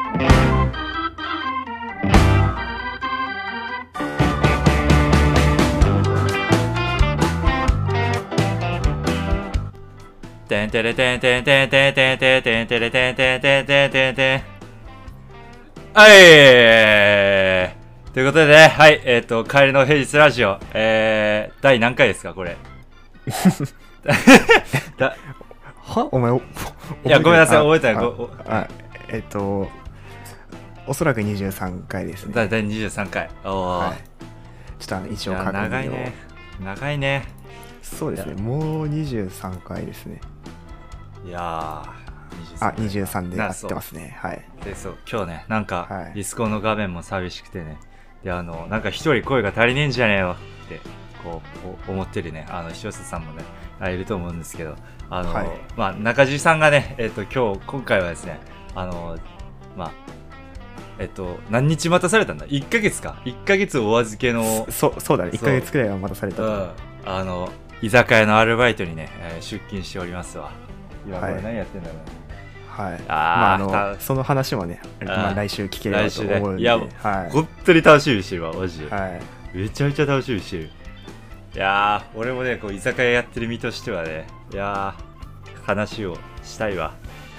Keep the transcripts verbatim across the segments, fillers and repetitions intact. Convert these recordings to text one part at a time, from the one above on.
てんてれてんてんてんてんてんてんてんてれてんてんてんてんてんてん。はい、ということでね、はい、えっと、帰りの平日ラジオ、えー、第何回ですか、これ。 だはお前、おいや、ごめんなさい、覚えてない。 あ、えっと、おそらくにじゅうさんかいですね。 だいたいにじゅうさんかい。おー。はい、 ちょっとあの、一応確認を。 長いね。長いね。 そうですね、もうにじゅうさんかいですね。 いやー、 あ、にじゅうさんで合ってますね。はい。 で、そう、今日ね、なんか、はい、ディスコの画面も寂しくてね、で、あの、なんか一人声が足りねえんじゃねえよって、こう、思ってるね、あの、視聴者さんもね、いると思うんですけど、あの、はい、まあ、中地さんがね、えっと、今日、今回はですね、あの、まあ、えっと、何日待たされたんだ ?いっ ヶ月か。いっかげつお預けの。 そ、そうだね。いっかげつくらいは待たされたと。うん。 あの、居酒屋のアルバイトにね、えー、出勤しておりますわ。今これ何やってんだろうね。 はい。はい、あまあ、あの、その話もね、まあ、来週聞ければと思うんで。 ね、いや、 はい、 本当に楽しみにしてるわ、マジで。 はい。 めちゃめちゃ楽しみにしてる。いやー、俺もね、こう、居酒屋やってる身としてはね、いやー、話をしたいわ。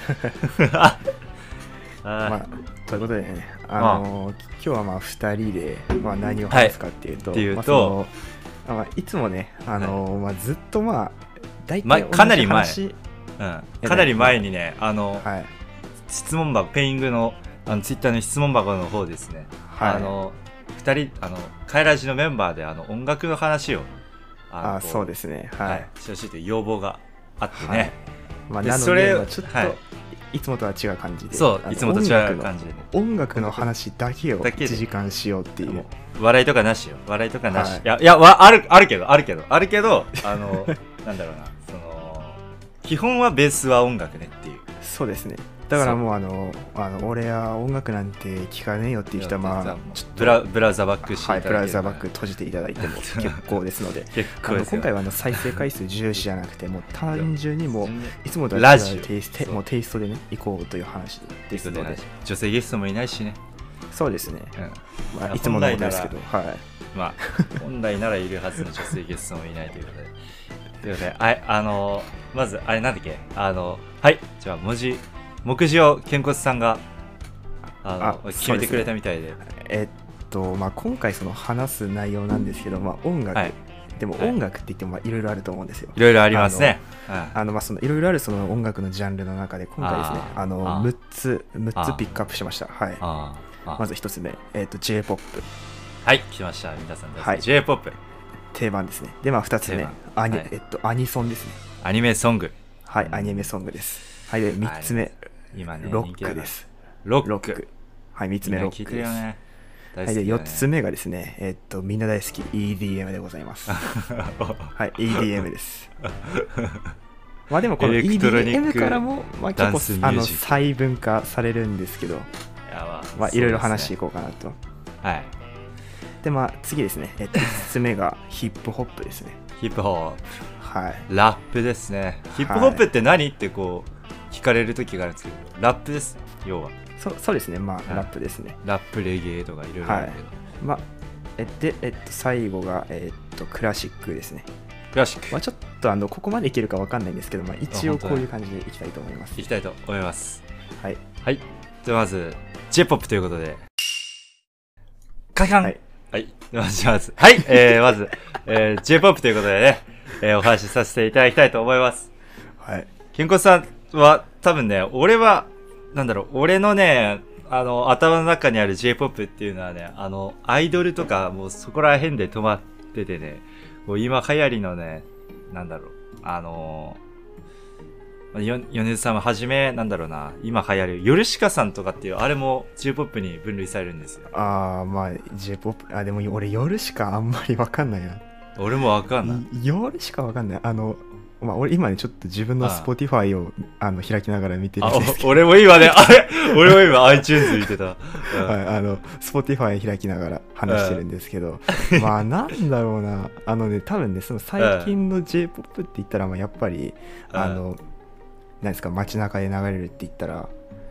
まあ、ということでね、あのー、今日はまあふたりで、まあ、何を話すかっていうと、はい、っていうと、まあ、まあ、いつもね、あのーはい、まあ、ずっとまあ大体同じ話、 ま、かなり前、うん、かなり前にね、あの、はい、質問箱、ペイングのあのツイッターの質問箱の方ですね、はい、あのふたり、あのカイラジのメンバーであの音楽の話をああそうですね、はい、はい、 してほしいという要望があってね、はい、 まあ、なのでそれをちょっと、はい、いつもとは違う感じで、 そういつもと違う感じで、ね、 音楽の話だけをいちじかんしようっていう、 笑いとかなしよ、笑いとかなし、はい、いやいやわあるあるけどあるけどあるけどあのなんだろうな、その基本はベースは音楽ねっていう。 そうですね。だからもうあのあの俺は音楽なんて聞かねえよっていう人はまあちょっとブラブラウザバックしていただいて、 はい、ブラウザバック閉じていただいても結構ですので結構です。今回はあの再生回数重視じゃなくてもう単純にもういつもとは違うテイストもうテイストでね行こうという話ですので、 女性ゲストもいないしね。 そうですね、うん、まあ、いつものことですけど、はい、 まあ本来ならいるはずの女性ゲストもいないということでということで、ああのまずあれなんだっけ、あのはい、じゃあ文字目次を健骨さんがあのあ決めてくれたみたいで、で、ね、 えっとまあ今回その話す内容なんですけど、まあ音楽、はい、でも音楽って言ってもいろいろあると思うんですよ。 いろいろありますね。 あのまあそのいろいろあるその音楽のジャンルの中で今回ですね、あのむっつむっつピックアップしました。はい。ああまずひとつめ、えっと J-ポップ。 はい、来ました皆さん。 はい、 J-ポップ定番ですね。でまあふたつめ、アニ、はい、えっとアニソンですね。 アニメソング。 はい、アニメソングです。はい、でみっつめ。今ね、ロックです。 ロック。 はい、みっつめロックです。ね、はい、でよっつめがですね、えー、っとみんな大好き イーディーエム でございます。はい、イーディーエム です。まあでもこの イーディーエム からもまあ結構あの細分化されるんですけど、まあいろいろ話していこうかなと。はい。でまあ次ですね、えー、っとみっつめがヒップホップですね。 ヒップホップ。 はい。 ラップですね。ヒップホップって何、はい、ってこう。聞かれる時があるんですけど、ラップです、要は。 そそうですね、まあ、はい、ラップですね。 ラップ、レゲエとかいろいろあるけど。はい、 まあ、えで、えっと、最後が、えっと、クラシックですね。 クラシック。 まあ、ちょっとあのここまでいけるかわかんないんですけど、まあ、一応こういう感じでいきたいと思います。 いきたいと思います。 はい。 はい。ではまず、J-ポップ ということで。カキャン。はい。はい。まず、まず、はい。えー、まず、えー、J-ポップ ということでね、えー、お話しさせていただきたいと思います。 はい。 健康さんは多分ね、俺はなんだろう、俺のね、あの頭の中にある J-ポップ っていうのはね、あのアイドルとかもうそこら辺で止まっててね、もう今流行りのね、なんだろう、あのよ米津さんははじめ、なんだろうな、今流行るヨルシカさんとかっていうあれも J-ポップ に分類されるんですよ。 ああ、まあ J-ポップ、あでも俺ヨルシカあんまりわかんないな。 俺もわかんない。 ヨルシカわかんない。あのまあ、俺今ねちょっと自分の Spotify を ああの開きながら見てるんですけど、 俺も今ねあれ俺も今 iTunes 見てた、 うん、はい、あの Spotify 開きながら話してるんですけど、うん、まあなんだろうな、あのね多分ねその最近の J-ポップ って言ったらまあやっぱり、うん、あの何ですか街中で流れるって言ったら、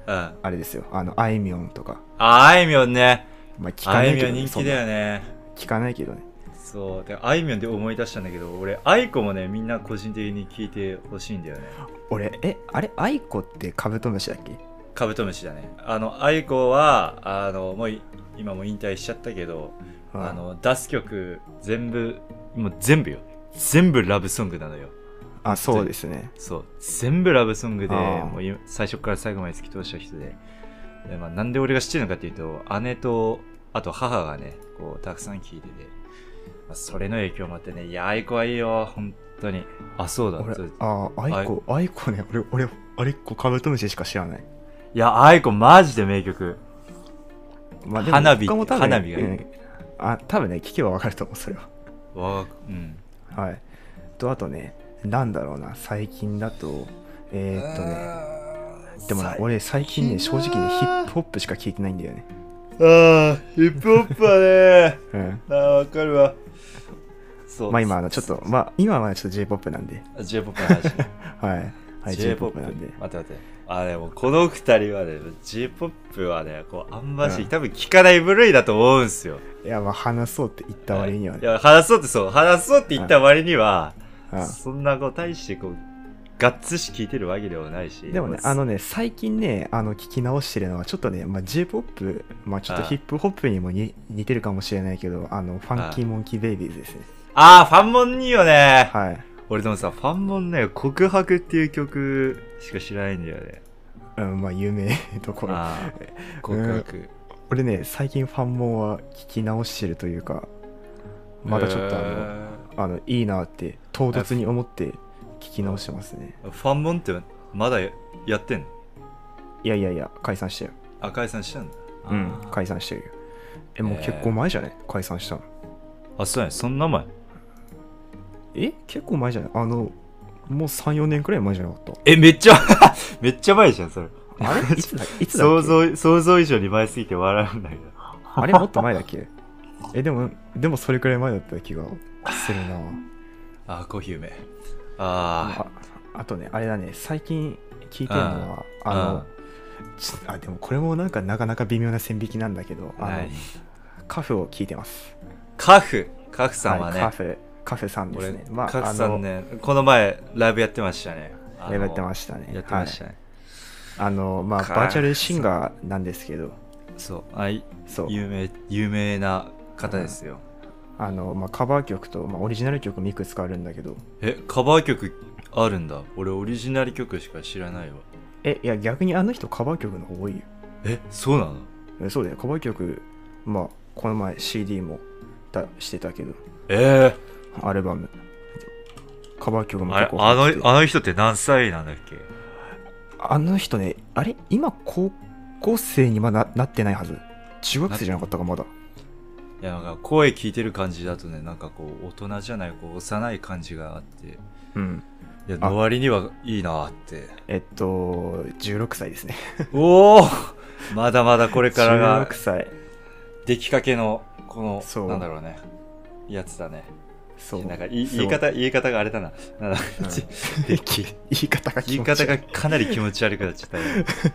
うん、 あれですよ、あのあいみょんとか。 ああいみょんね、 まあ聞かないけど、ね、 あいみょん人気だよね。 聞かないけどね。 そうであいみょんで思い出したんだけど、俺あいこもねみんな個人的に聞いてほしいんだよね。 俺えあれあいこってカブトムシだっけ？ カブトムシだね。あのあいこはあのもう今も引退しちゃったけど、うん、あの出す曲全部もう全部よ、全部ラブソングなのよ。 あ、そうですね。 そう全部ラブソングでもう最初から最後まで突き通した人で、で、まあ、なんで俺が知ってるのかっていうと、姉とあと母がねこうたくさん聴いてて、まあ、それの影響もあってね、いやあいこはいいよ本当に。あ、そうだ、 俺ああいこあいこね、俺俺あれっこカブトムシしか知らない。 いやあいこマジで名曲。 まあ、 花火花火がいい、うん、 あ多分ね聞けば分かると思うそれは。 わうんはいとあとね、なんだろうな、最近だとえー、っとねでもな俺最近ね正直ねヒップホップしか聞いてないんだよね。 ああヒップホップはねうんああわかるわ。 そうまあ今あのちょっとまあ今はちょっと J-ポップ なんで J-ポップ の話はいはい J-ポップ なんで。 待って待ってあでもこの二人はね J-ポップ はねこうあんまし、うん、多分聞かない部類だと思うんすよ。 いやまあ話そうって言った割にはね、 いや話そうってそう話そうって言った割には、うん、そんなこう大してこうがっつし聞いてるわけではないし。 でもねあのね最近ねあの聞き直してるのはちょっとね、まあ、J-ポップ まあちょっとヒップホップにもに似てるかもしれないけど、あのファンキーモンキーベイビーズですね。 ああファンモンいいよね。 はい俺でもさファンモンね告白っていう曲しか知らないんだよね。 うん、まあ有名ところ。 あ告白、うん、 俺ね最近ファンモンは聞き直してるというか、まだちょっとあの、えー、あのいいなって唐突に思って聞き直してますね。 ファンモンってまだやってんの？ いやいやいや解散したよ。 あ解散したんだ。 うん解散してるよ。えもう結構前じゃね、えー、解散したの。 あそうやそんな前？ え結構前じゃない？あのもう さん,よ 年くらい前じゃなかった？ えめっちゃめっちゃ前じゃんそれ。 あれいつだいつだっけ？ 想像想像以上に前すぎて笑うんだけど。 あれもっと前だっけ？えでもでもそれくらい前だった気がするな。 あコーヒー梅。あああとねあれだね最近聞いてるのはあのあでもこれもなんかなかなか微妙な線引きなんだけど、あのカフを聞いてます。 カフカフさんはね、 はい、カフカフさんですね。 まあ、カフさんねこの前ライブやってましたね。 ライブやってましたね。 やってましたね。 はい、あのまあバーチャルシンガーなんですけど、 そうあいそう有名有名な方ですよ。 あのまあ、カバー曲と、まあ、オリジナル曲もいくつかあるんだけど。 えカバー曲あるんだ。俺オリジナル曲しか知らないわ。 えいや逆にあの人カバー曲の方多いよ。 えそうなの？ えそうだよカバー曲まあこの前 シーディー も出してたけど。 えー、アルバムカバー曲も結構あのあの人って何歳なんだっけ？ あの人ねあれ今高校生にまだ な, なってないはず。中学生じゃなかったかまだ。 いやなんか声聞いてる感じだとねなんかこう大人じゃないこう幼い感じがあって、 うん、 いやの割にはいいなって。 えっとじゅうろくさいですね。 おおまだまだこれからがじゅうろくさい出来かけのこのなんだろうねやつだね。 そうなんか言い方言い方があれだな。なんか、うん、 言い方が言い方がかなり気持ち悪くなっちゃったよ。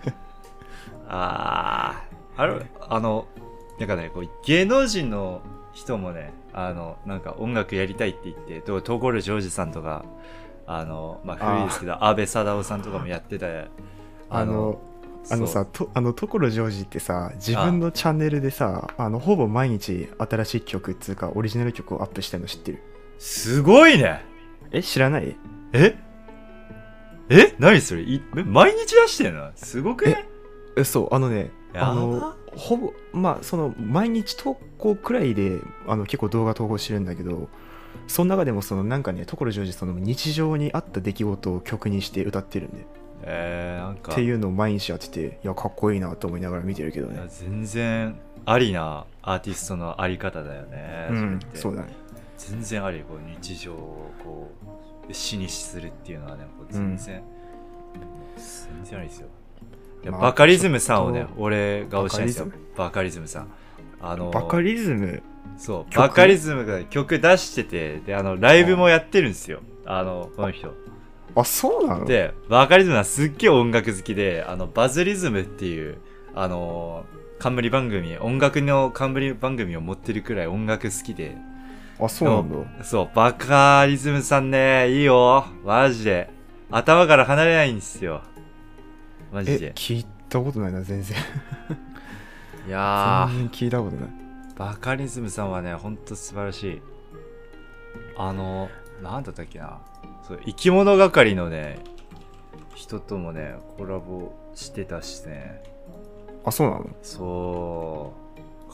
あああれあのなんかねこう芸能人の人もねあのなんか音楽やりたいって言って所ジョージさんとかあのまあ古いですけど安倍貞夫さんとかもやってた。 あのあのさとあの所ジョージってさ自分のチャンネルでさあのほぼ毎日新しい曲っつうかオリジナル曲をアップしてるの知ってる？ すごいね。 え知らない？ ええ何それい毎日出してんの？すごくね？ えそうあのねあのほぼまあその毎日投稿くらいであの結構動画投稿してるんだけど、その中でもそのなんかね所ジョージその日常にあった出来事を曲にして歌ってるんで、 えー、なんかっていうのを毎日やってていやかっこいいなと思いながら見てるけどね。いや全然ありなアーティストのあり方だよね。 うん、そうだね。 全然ありこう日常をこう詩にするっていうのはねこう全然、うん、全然ありですよ。まあ、バカリズムさんをね俺が推したいんですよ。バカリズムさんあのバカリズムそうバカリズムが曲出しててであのライブもやってるんですよ。あのこの人あ、そうなの？ で、バカリズムはすっげえ音楽好きで、あの、バズリズムっていう、あのー、冠番組、音楽の冠番組を持ってるくらい音楽好きで。 あ、そうなんだ。 そう、バカリズムさんね、いいよ。マジで。頭から離れないんですよ。マジで。 え、聞いたことないな、全然。 いやー。 全然聞いたことない。 バカリズムさんはね、ほんと素晴らしい。あの、なんだったっけな。そう、生き物係のね、人ともね、コラボしてたしね。 あ、そうなの？ そう。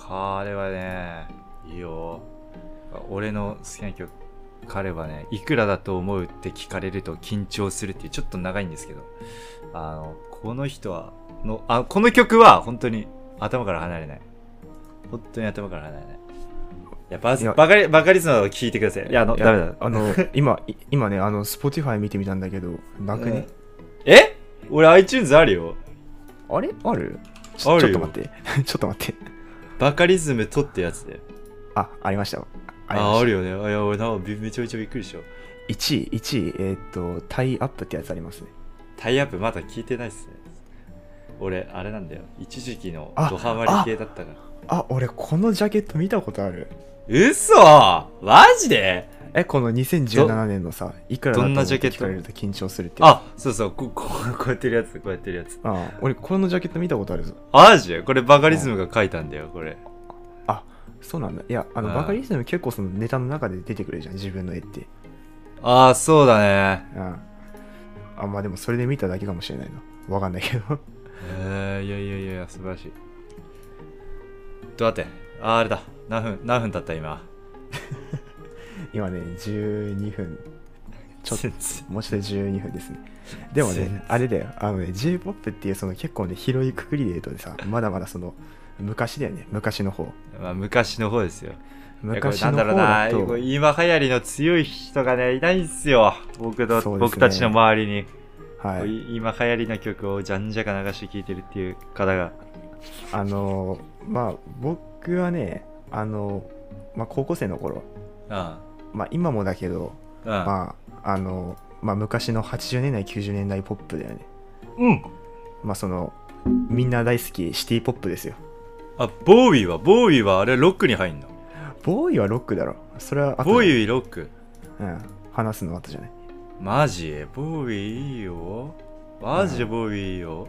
彼はね、いいよ。俺の好きな曲、彼はね、いくらだと思うって聞かれると緊張するっていう、ちょっと長いんですけど、あの、この人は、の、あ、この曲は本当に頭から離れない。本当に頭から離れない。いや、バズ、バカリ、バカリズムを聞いてください。いや、あの、ダメだ。 あの、今、今ね、あの、Spotify 見てみたんだけど、なくね？ え？俺 iTunes あるよ。 あれ？ある？ちあるよ。 ちょっと待って。ちょっと待って。 バカリズムとってやつで。 あ、ありました。 あ、あ、あるよね。あ、いや、俺なんかめちゃめちゃびっくりした。 いちい、いちい、えー、っと、タイアップってやつありますね。 タイアップまだ聞いてないっすね。俺、あれなんだよ。一時期のドハマり系だったから。 あ、俺、このジャケット見たことある。 嘘！マジで？ え、このにせんじゅうななねんのさ、いくらだと思って聞かれると緊張するって。 あ、そうそう、こう、こう、こうやってるやつ、こうやってるやつ。 ああ、俺、このジャケット見たことあるぞ。 マジで？これバカリズムが書いたんだよ、これ。 あ、そうなんだ。いや、あの、バカリズム結構そのネタの中で出てくるじゃん、自分の絵って。 ああ、そうだね。 うん。あ、まあでもそれで見ただけかもしれないな。わかんないけど。 えー、いやいやいや、素晴らしい。どうやって？あー、あれだ。何分、何分経った今。 今ね、じゅうにふん。ちょっと、もうちょっとじゅうにふんですね。でもね、あれだよ。あのね、J-ポップ っていうその結構ね、広いくくりで言うとさ、まだまだその、昔だよね、昔の方。 まあ、昔の方ですよ。 昔の方だと。 だと今流行りの強い人がね、いないんすよ。僕の、ね、僕たちの周りに。はい。今流行りの曲をじゃんじゃか流して聴いてるっていう方が。 あのー、まあ、僕はね、あのー、まあ、高校生の頃。 ああまあ、今もだけど、ああまあ、あのー、まあ、昔のはちじゅうねんだい、きゅうじゅうねんだいポップだよね。 うん。 まあ、その、みんな大好きシティポップですよ。 あ、ボーイはボーイはあれロックに入んの？ ボーイはロックだろ。それは後で。 ボーイロック。 うん。話すの後じゃない。 マジ？ボーイいいよ。マジでボーイいいよ。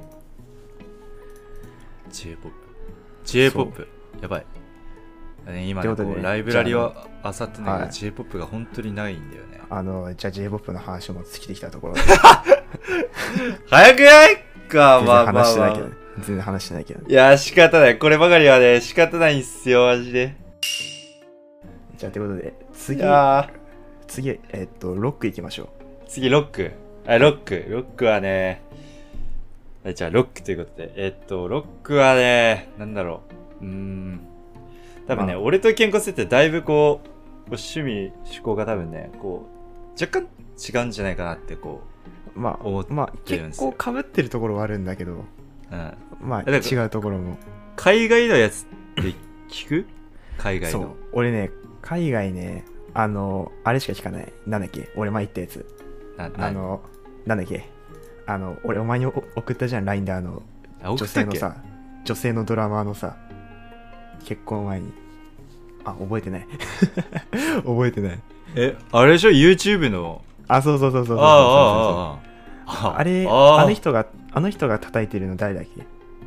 うん、J-ポップ。J-ポップ。やばい。今ね、ねライブラリをあさってんだけど、はい、J-ポップ が本当にないんだよね。 あの、じゃあ J-ポップ の話も尽きてきたところで。 早くないか、まあまあ、まあ。 話してないけど、ね、全然話してないけど、ね。 いや、仕方ない。こればかりはね、仕方ないんすよ、マジで。 じゃあ、ということで、次、次、えー、っと、ロックいきましょう。 次、ロック。あ、ロック。ロックはね、じゃあ、ロックということで、えー、っと、ロックはね、なんだろう。うーん。多分ね、まあ、俺と健康設定だいぶこう、趣味、趣向が多分ね、こう、若干違うんじゃないかなって、こう、 まあ、思ってるんですよ。まあ、結構被ってるところはあるんだけど、うん。まあ、違うところも。 海外のやつって聞く？海外の。そう。 俺ね、海外ね、あの、あれしか聞かない。なんだっけ？俺前言ったやつ。な、あの、なんだっけ？あの、俺お前に送ったじゃん、ライン であの、女性のさ、女性のドラマーのさ、結婚前に。あ、覚えてない。覚えてない。 え、あれでしょ ?YouTube の。 あ、そうそうそうそうそうそうそう。 ああ、ああ、あ。あれ、あの人が、あの人が叩いてるの誰だっけ？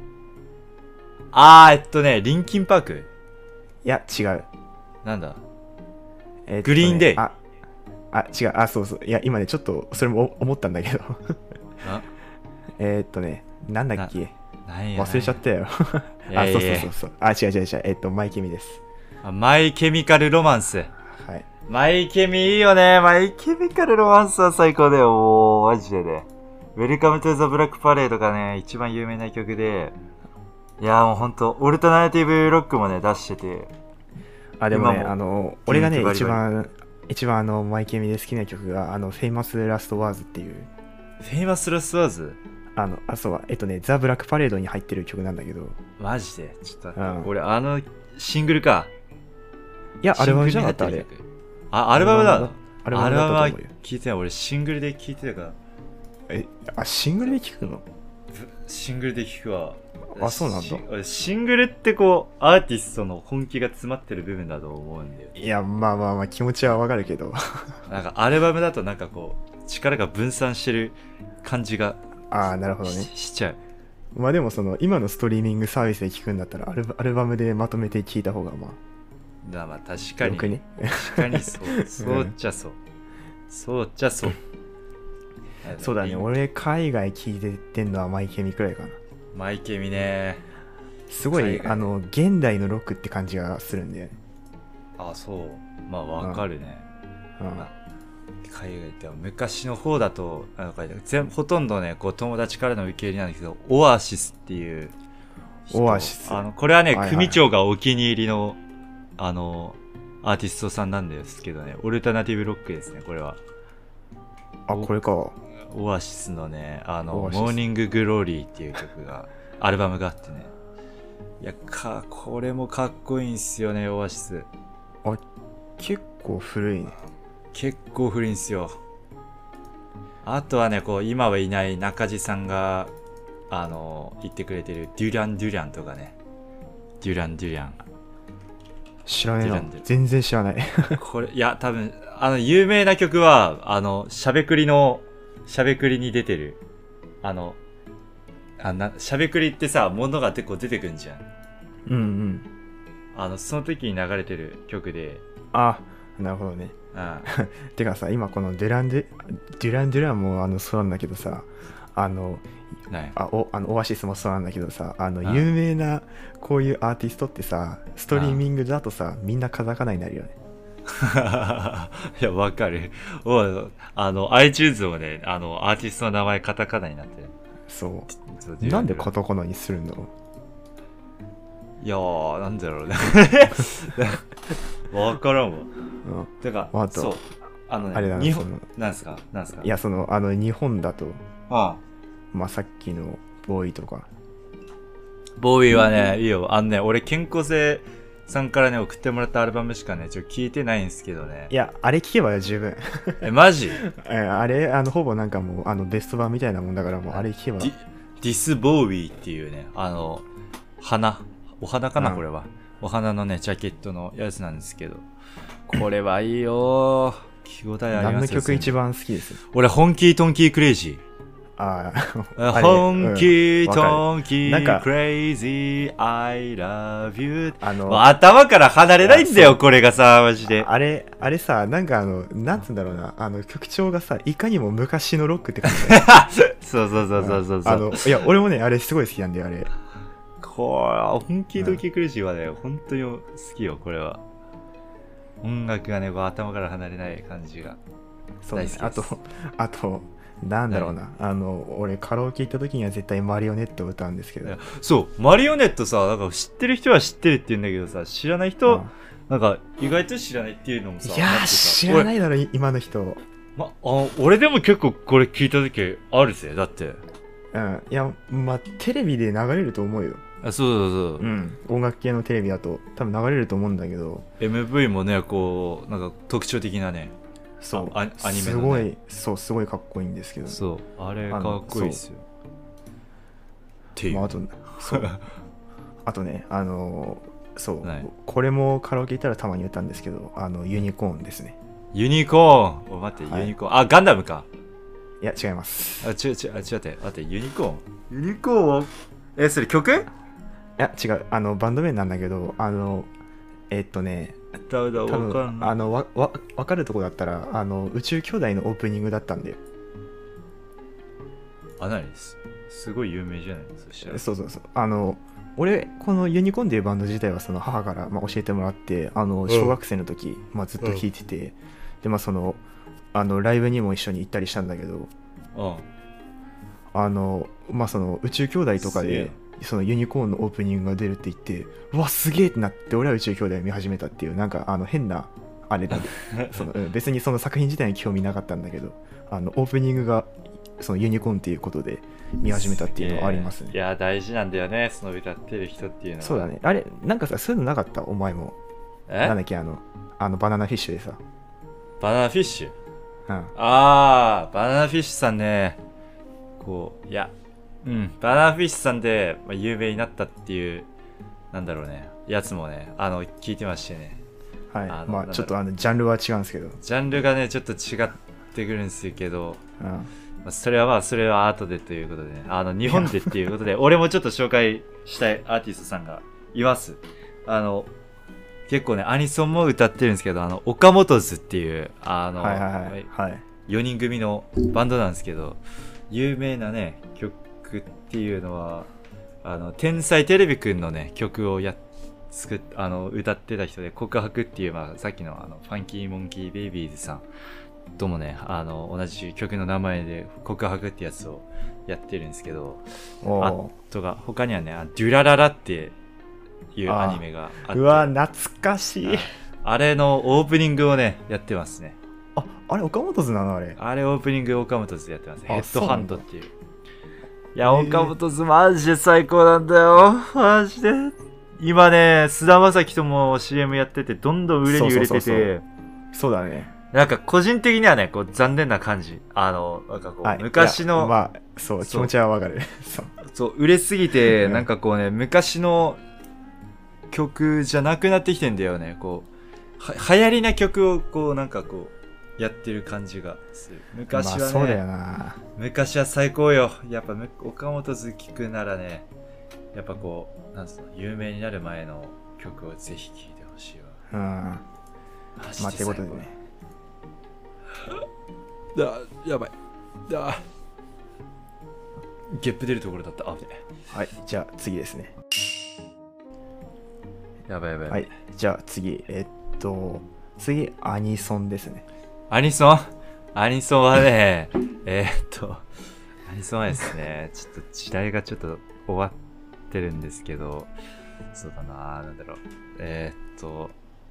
あー、えっとね、リンキンパーク？ いや、違う。 なんだ？ えっとね、 グリーンデイ。 あ、あ、違う。あ、そうそう。いや、今ね、ちょっと、それも思ったんだけど。あえっとね、なんだっけ？忘れちゃったよ。あ、そうそうそうそう。あ、違う違う違う。えっと、マイケミです。 マイケミカルロマンス。 はい。 マイケミいいよね。マイケミカルロマンスは最高だよ。おー、マジでね。ウェルカムトゥザブラックパレードがね、一番有名な曲で。いやーもうほんと、オルタナティブロックもね、出してて。 あ、でもね、あの、俺がね、一番、一番あの、マイケミで好きな曲が、あの、フェイマスラストワーズっていう。 フェイマスラストワーズ？ あの、あ、そう、えっとね、ザ・ブラックパレードに入ってる曲なんだけど。 マジでちょっと、うん、俺、あの、シングルか。 いや、アルバムじゃなかったあれ。 あ、アルバムだ。 アルバムだと思うよ。 聞いてない。俺、シングルで聞いてたから。 え、あ、シングルで聴くの？ シングルで聴くわ。 あ、そうなんだ。 シン、シングルってこう、アーティストの本気が詰まってる部分だと思うんだよ。 いや、まあまあまあ、気持ちはわかるけど。 なんか、アルバムだとなんかこう、力が分散してる感じが。 ああ、なるほどね。 し, しちゃう。 まあでもその、今のストリーミングサービスで聴くんだったら、アルバ、アルバムでまとめて聴いた方がまあ。 だまあ確かに。 よくね。 確かにそう。そうっちゃそう。そうっちゃそう。 そうだね、俺海外聴いてってんのはマイケミくらいかな。 マイケミね。 すごい、あの、現代のロックって感じがするんだよね。 あ、そう。まあわかるね。 うん。うんまあ、海外って昔の方だと、なんか全ほとんどね、こう友達からの受け入れなんですけど、オアシスっていう人。 オアシス。 あの、これはね、 はいはい、 組長がお気に入りの、あの、アーティストさんなんですけどね、オルタナティブロックですね、これは。 あ、これか。 オアシスのね、あの、モーニンググローリーっていう曲が、アルバムがあってね。いや、か、これもかっこいいんすよね、オアシス。 あ、結構古いね。 結構古いんすよ。あとはね、こう、今はいない中地さんが、あの、言ってくれてる、デュラン・デュランとかね。デュラン・デュラン。 知らないな。全然知らない。 これ、いや、多分、あの、有名な曲は、あの、しゃべくりの、しゃべくりに出てる。あの、あな、しゃべくりってさ、物が結構出てくんじゃん。 うんうん。 あの、その時に流れてる曲で。 あ、なるほどね。 うん。 てかさ、今このデュランデ、デュランデュランもあの、そうなんだけどさ、あの、あおあのオアシスもそうなんだけどさ、あの、有名なこういうアーティストってさ、ストリーミングだとさ、みんなカタカナになるよね。 いや、わかる。おあの、iTunes もね、あの、アーティストの名前カタカナになってる。 そう。なんでカタカナにするんだろう。いやー、なんだろうね。わからんわ。うん。てか、あとそう。あのね、あれだな、日本、なんすかなんすかいや、その、あの、日本だと、 ああまあ、さっきのボーイとか。 ボーイはね、いいよ。あのね、俺、健康性さんからね、送ってもらったアルバムしかね、ちょっと聞いてないんですけどね。 いや、あれ聞けば十分。 え、マジえあれ、あの、ほぼなんかもう、あの、ベスト版みたいなもんだから、もう、あれ聞けば。 ディ、ディス・ボーイっていうね、あの、花、お花かな、うん、これは。お花のね、ジャケットのやつなんですけど。これはいいよー。聞き応えありますよ。 何の曲一番好きです？ 俺、ホンキートンキークレイジー。 ああ、ホンキートンキークレイジー I love you。 あの頭から離れないんだよこれがさ、マジで。 あれあれさ、なんかあのなんつうんだろうな、あの曲調がさ、いかにも昔のロックって感じだよ。 そうそうそうそうそうそう。 あのいや俺もね、あれすごい好きなんだよ。あれこれホンキートンキークレイジーはね、うん、本当に好きよこれは。音楽がね、こう頭から離れない感じが大好きです。 そうね、あとあとなんだろうな、あの俺カラオケ行った時には絶対マリオネットを歌うんですけど。 そうマリオネットさ、なんか知ってる人は知ってるって言うんだけどさ、知らない人、うん、なんか意外と知らないっていうのもさ、 いやー知らないだろ今の人。 まあ俺でも結構これ聞いた時あるぜ。だってうんいやまあテレビで流れると思うよ。 あそうそうそう、 うん、音楽系のテレビだと多分流れると思うんだけど、 エムブイ もねこうなんか特徴的なね、 そうアニメの、ね、 すごいそうすごいかっこいいんですけど、 そうあれかっこいいっすよっていう、まあ、あとそうあとねあのそう、はい、これもカラオケ行ったらたまに歌うんですけど、あのユニコーンですね。 ユニコーン、お待って、はい、ユニコーン、あガンダムか。 いや違います。 あ違う違うあ違うって待ってユニコーンユニコーンはえそれ曲？ いや違う、あのバンド名なんだけど、あのえっとね多分あのわわ分かるとこだったら、あの宇宙兄弟のオープニングだったんだよ。 あ、何です、すごい有名じゃない。そしたらそうそうそう、あの俺このユニコーンっていうバンド自体はその母から、まあ、教えてもらって、あの小学生の時、うんまあ、ずっと聴いてて、うん、でまあそのあのライブにも一緒に行ったりしたんだけど、 うん、 あのまあその宇宙兄弟とかでそのユニコーンのオープニングが出るって言って、うわすげえってなって、俺は宇宙兄弟を見始めたっていう、なんかあの変なあれだその別にその作品自体に興味なかったんだけど、あのオープニングがそのユニコーンっていうことで見始めたっていうのはありますね。 いや大事なんだよね、その歌ってる人っていうのは。 そうだね。あれなんかさ、そういうのなかった？お前もえなんだっけ、あのあのバナナフィッシュでさ、 バナナフィッシュ、 うん、 ああバナナフィッシュさんね、 こう、いや、うん、バナナフィッシュさんで、まあ、有名になったっていう、なんだろうね、やつもね、あの、聞いてましてね。 はい。あまあ、ちょっとあの、ジャンルは違うんですけど。 ジャンルがね、ちょっと違ってくるんですけど、 うん。まあ、それはまあ、それは後でということでね、あの、日本でっていうことで、俺もちょっと紹介したいアーティストさんがいます。あの、結構ね、アニソンも歌ってるんですけど、あの、岡本図っていう、あの、 はいはいはい。はい、 よにん組のバンドなんですけど、有名なね、曲っていうのは、あの、天才テレビくんのね、曲をやっ、作っ、あの、歌ってた人で、告白っていう、まあ、さっきのあの、ファンキーモンキーベイビーズさんともね、あの、同じ曲の名前で告白ってやつをやってるんですけど、あとが、他にはね、デュラララっていうアニメがあって。 うわ、懐かしい。 あれのオープニングをね、やってますね。 あ、あれ岡本図なのあれ。 あれオープニング岡本図やってます。ヘッドハンドっていう。いや、岡本図マジで最高なんだよ。マジで。今ね、菅田将暉とも シーエム やってて、どんどん売れに売れてて。そうそうそうそう。 そうだね。 なんか個人的にはね、こう残念な感じ。あの、なんかこう、はい、昔の。 まあ、そう、気持ちはわかる。 そう、そう、売れすぎて、なんかこうね、昔の曲じゃなくなってきてんだよね。こう、は、流行りな曲をこう、なんかこう、やってる感じがする。昔はね、まあ、 そうだよな。 昔は最高よ。やっぱ岡本図聞くならね、やっぱこう、なんつうの、有名になる前の曲をぜひ聴いてほしいわ。 うん。まあ、ってことでね。 だ、やばい。だ。ゲップ出るところだった。あ、危ね。 はい、じゃあ次ですね。 やばいやばい。 はい、じゃあ次、えっと、次、アニソンですね。 アニソンアニソンはね、えー、っと、アニソンはですね、ちょっと時代がちょっと終わってるんですけど、そうだな、なんだろう。えー、っと、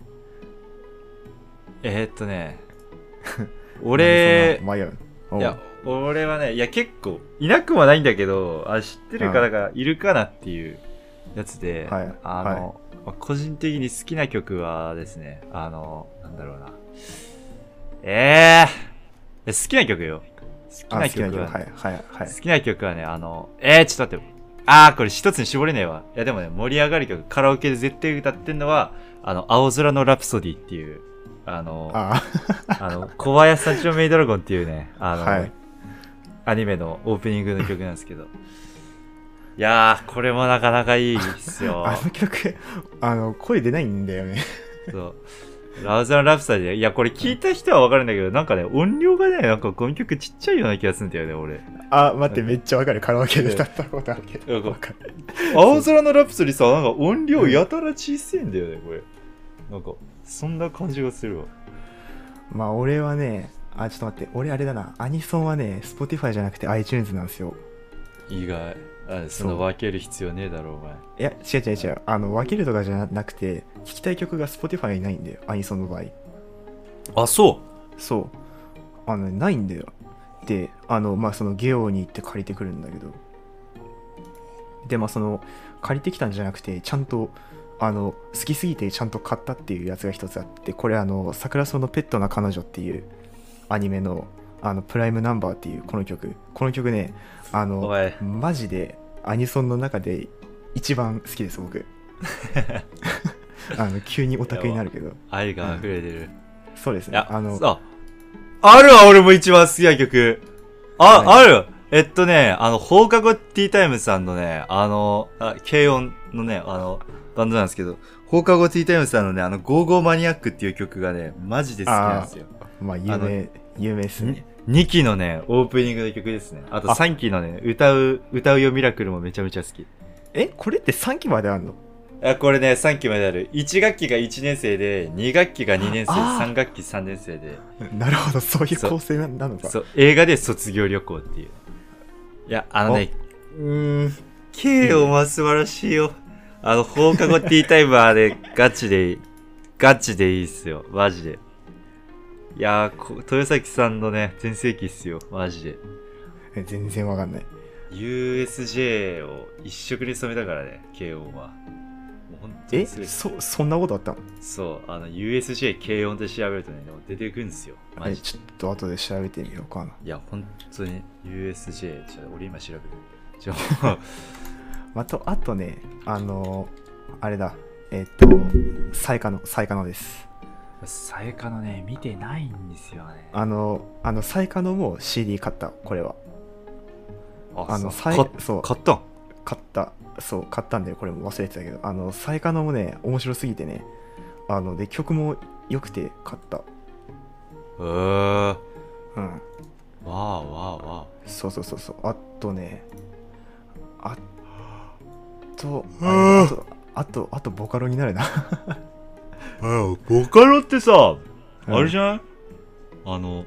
えー、っとね、俺、 迷う。 いや、俺はね、いや結構、いなくもないんだけど、あ、知ってる方がいるかなっていうやつで、 はい、 あの、はい、個人的に好きな曲はですね、あの、なんだろうな。えー、好きな曲よ。好きな曲は、 はいはいはい、 好きな曲はね、あの、えー、ちょっと待って。あー、これ一つに絞れねえわ。いやでもね、盛り上がる曲、カラオケで絶対歌ってんのは、あの、青空のラプソディっていう、あの、 あ, あの、小林幸男メイドラゴンっていうね、あの、 はい、 アニメのオープニングの曲なんですけど。いやー、これもなかなかいいっすよ。 あの曲、あの、声出ないんだよね。 そう。青空のラプソディ、いや、これ聞いた人はわかるんだけど、なんかね、音量がね、なんかこの曲ちっちゃいような気がするんだよね、俺。 あ、待って、めっちゃわかる。カラオケで歌ったことあるけど。わかる。 青空のラプソディさ、なんか音量やたら小さいんだよね、これ。なんか、そんな感じがするわ。 まあ、俺はね、あ、ちょっと待って、俺あれだな。アニソンはね、Spotify じゃなくて iTunes なんですよ。 意外。あ、その分ける必要ねえだろう、お前。 いや、違う違う違う。あの、分けるとかじゃなくて、聴きたい曲が Spotify にないんだよ。アニソンの場合。 あ、そうそう。あの、ないんだよ。で、あの、まあ、そのゲオに行って借りてくるんだけど。で、まあ、その、借りてきたんじゃなくて、ちゃんと、あの、好きすぎてちゃんと買ったっていうやつが一つあって、これ、あの、桜草のペットな彼女っていうアニメの、あの、プライムナンバーっていうこの曲。この曲ね、あの、マジでアニソンの中で一番好きです、僕。あの、急にオタクになるけど。 愛が溢れてる。うん、 そうですね。あの、 あ、あるわ、俺も一番好きな曲。あ、はい、あるえっとね、あの、放課後ティータイムさんのね、あの、あ軽音のね、あの、バンドなんですけど、放課後ティータイムさんのね、あの、ゴーゴーマニアックっていう曲がね、マジで好きなんですよ。 まあ、有名、有名ですね。 にきのね、オープニングの曲ですね。あとさんきのね、歌う、歌うよミラクルもめちゃめちゃ好き。 え、これってさんきまであるの？ あ、これね、さんきまである。いち学期がいちねん生で、に学期がにねん生、さん学期さんねん生で。 なるほど、そういう構成なのか。 そう、映画で卒業旅行っていう。いや、あのね、うーん、ケーオンは素晴らしいよ。あの、放課後ティータイムはね、ガチでいい。ガチでいいっすよ。マジで。いやー、豊崎さんのね、全盛期っすよ。マジで。 え、全然わかんない。 ユーエスジェー を一色に染めたからね、ケーオンは。 う本当にえすごい。 そそんなことあったの？ そうあの ユーエスジェー 軽音で調べるとね出てくるんですよマえジで。 ちょっと後で調べてみようかな。 いや本当に ユーエスジェー ちょ俺今調べるちょあとあとねあのあれだえっとサイカノサイカノです。 サイカのね見てないんですよね。 あのあのサイカノも シーディー 買ったこれは。 ああのそうサイかそう買ったん買ったそう買ったんだよこれも忘れてたけどあのサイカノもね面白すぎてねあので曲も良くて買った。 えー、 うんわあわあわそうそうそうそうあとねあとああとあとあとボカロになるなあボカロってさ、 うんあれじゃないあの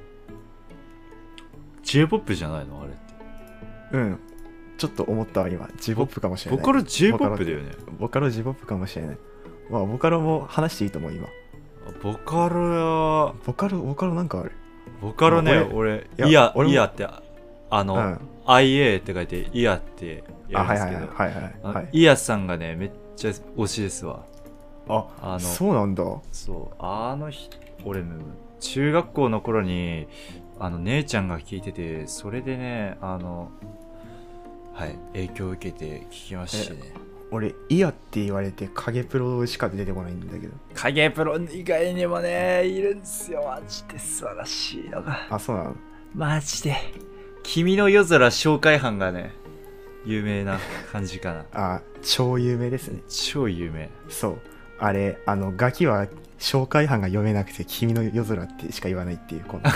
J-ポップ じゃないのあれって。 うんちょっと思ったわ今 J-ポップ かもしれない。 ボカロ J-ポップ だよね。 ボカロ J-ポップ かもしれない。まあボカロも話していいと思う今。 ボカロやボカロボカロなんかある？ ボカロねまあ俺いやイヤ俺もイヤってあの、 うん、 アイエー って書いてイヤってやあはいるんですけど、 はいはいはいあはい。 イヤさんがねめっちゃ推しですわ。 ああのそうなんだ。 そうあの日俺も中学校の頃にあの姉ちゃんが聞いててそれでねあのはい影響を受けて聞きましたしね。 俺イヤって言われて影プロしか出てこないんだけど。 影プロ以外にもねいるんですよマジで素晴らしいのが。 あそうなの。 マジで君の夜空紹介班がね有名な感じかな。 あ超有名ですね。 超有名。 そうあれあのガキは紹介班が読めなくて君の夜空ってしか言わないっていうこの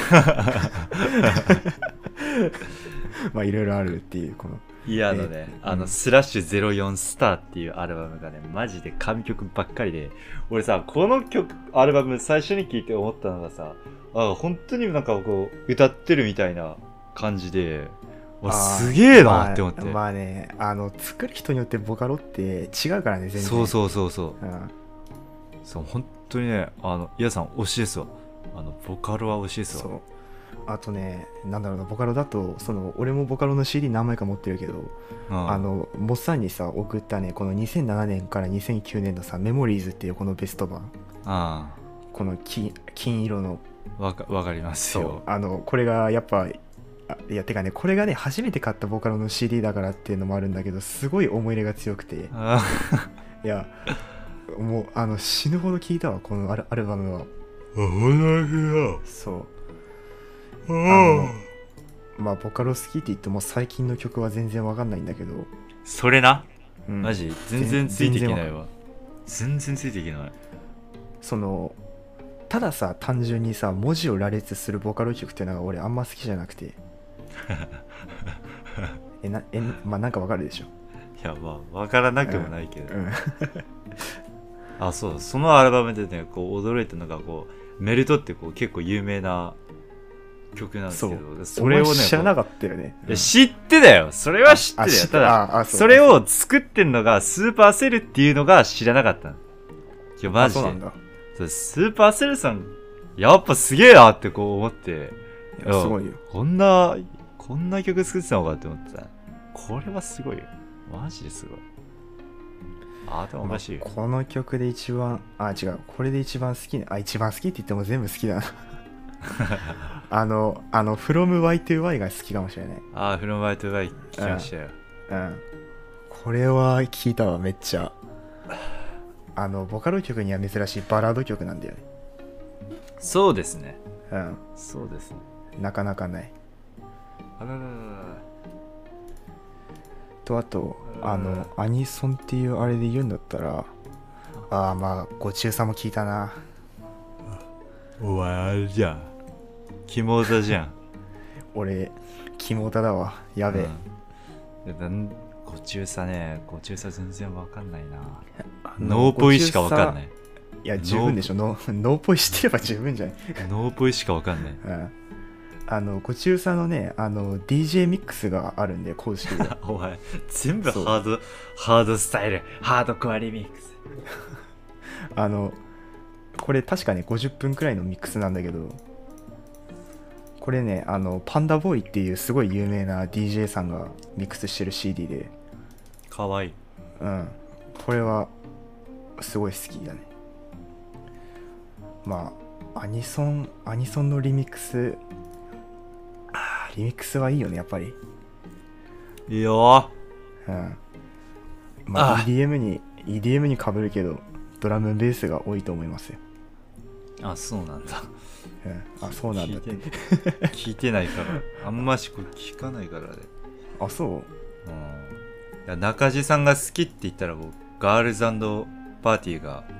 まあいろいろあるっていうこのいやあのね、 えーあの、 うんスラッシュゼロよんスターっていうアルバムがね、マジで神曲ばっかりで、俺さ、この曲、アルバム最初に聴いて思ったのがさ、あ本当になんかこう、歌ってるみたいな感じで、わすげえなって思って。 まあ、まあねあの作る人によってボカロって違うからね全然。 そうそうそうそう。 うんそう、本当にね、あの、イヤさん推しですわ。あの、ボカロは推しですわ。 そうあとねなんだろうなボカロだとその俺もボカロの シーディー 何枚か持ってるけど、 うん、 あのモッさんにさ送ったねこのにせんななねんからにせんきゅうねんのさメモリーズっていうこのベスト版、 あこの 金, 金色のわかわかりますそうよ。 あのこれがやっぱあいやてかねこれがね初めて買ったボカロの シーディー だからっていうのもあるんだけどすごい思い入れが強くてあいやもうあの死ぬほど聴いたわこのア ル, アルバムは。そうあのまあボカロ好きって言っても最近の曲は全然わかんないんだけど、 それな、 うん、 マジ全然ついていけない全わ。全然ついていけない。 そのたださ単純にさ文字を羅列するボカロ曲っていうのが俺あんま好きじゃなくてえなえまあなんかわかるでしょ。 いやまあわからなくもないけど、 うんうん、 あそうそのアルバムでねこう驚いたのがこうメルトってこう結構有名な曲なんですけど、 それをね知らなかったよね。 いや知ってたよそれは知ってたよ。ただそれを作ってんのがスーパーセルっていうのが知らなかったの。いやマジでそうなんだ。 スーパーセルさんやっぱすげえなってこう思って、 いやすごいよ。 こんなこんな曲作ってたのかって思ってた。これはすごいよマジですごい。あでもおかしいよ、 まあ、この曲で一番あ違うこれで一番好きなあ一番好きって言っても全部好きだなあのあの From Y to Y が好きかもしれない。 ああ From Y to Y 聞きましたよ。 うん、うん、これは聞いたわめっちゃ。あのボカロ曲には珍しいバラード曲なんだよね。 そうですね。 うんそうですね。 なかなかない。 あららららとあとあのアニソンっていうあれで言うんだったらああまあご中佐も聞いたな。 お前あれじゃんキモータじゃん俺キモータだわやべえ、 うん、なんご中佐ねご中佐全然わかんないな。ノーポイしかわかんない。 いや十分でしょノーノーポイしてれば十分じゃないノーポイしかわかんない、 うん、あのご中佐のねあの ディージェー ミックスがあるんで公式でお前全部ハードハードスタイルハードコアリミックスあのこれ確かねごじゅっぷんくらいのミックスなんだけどこれねあのパンダボーイっていうすごい有名な ディージェー さんがミックスしてる シーディー でかわいい。 うんこれはすごい好きだね。まあアニソンアニソンのリミックス、あリミックスはいいよねやっぱり。 いいよー。うん。まあ イーディーエム に イーディーエム に被るけどドラムベースが多いと思いますよ。 あ、そうなんだ。 うん、あ、そうなんだって。 聞いて聞いてないから、あんましこ聞かないからね。 あ、そう。うん。いや中地さんが好きって言ったらもうガールズパーティーが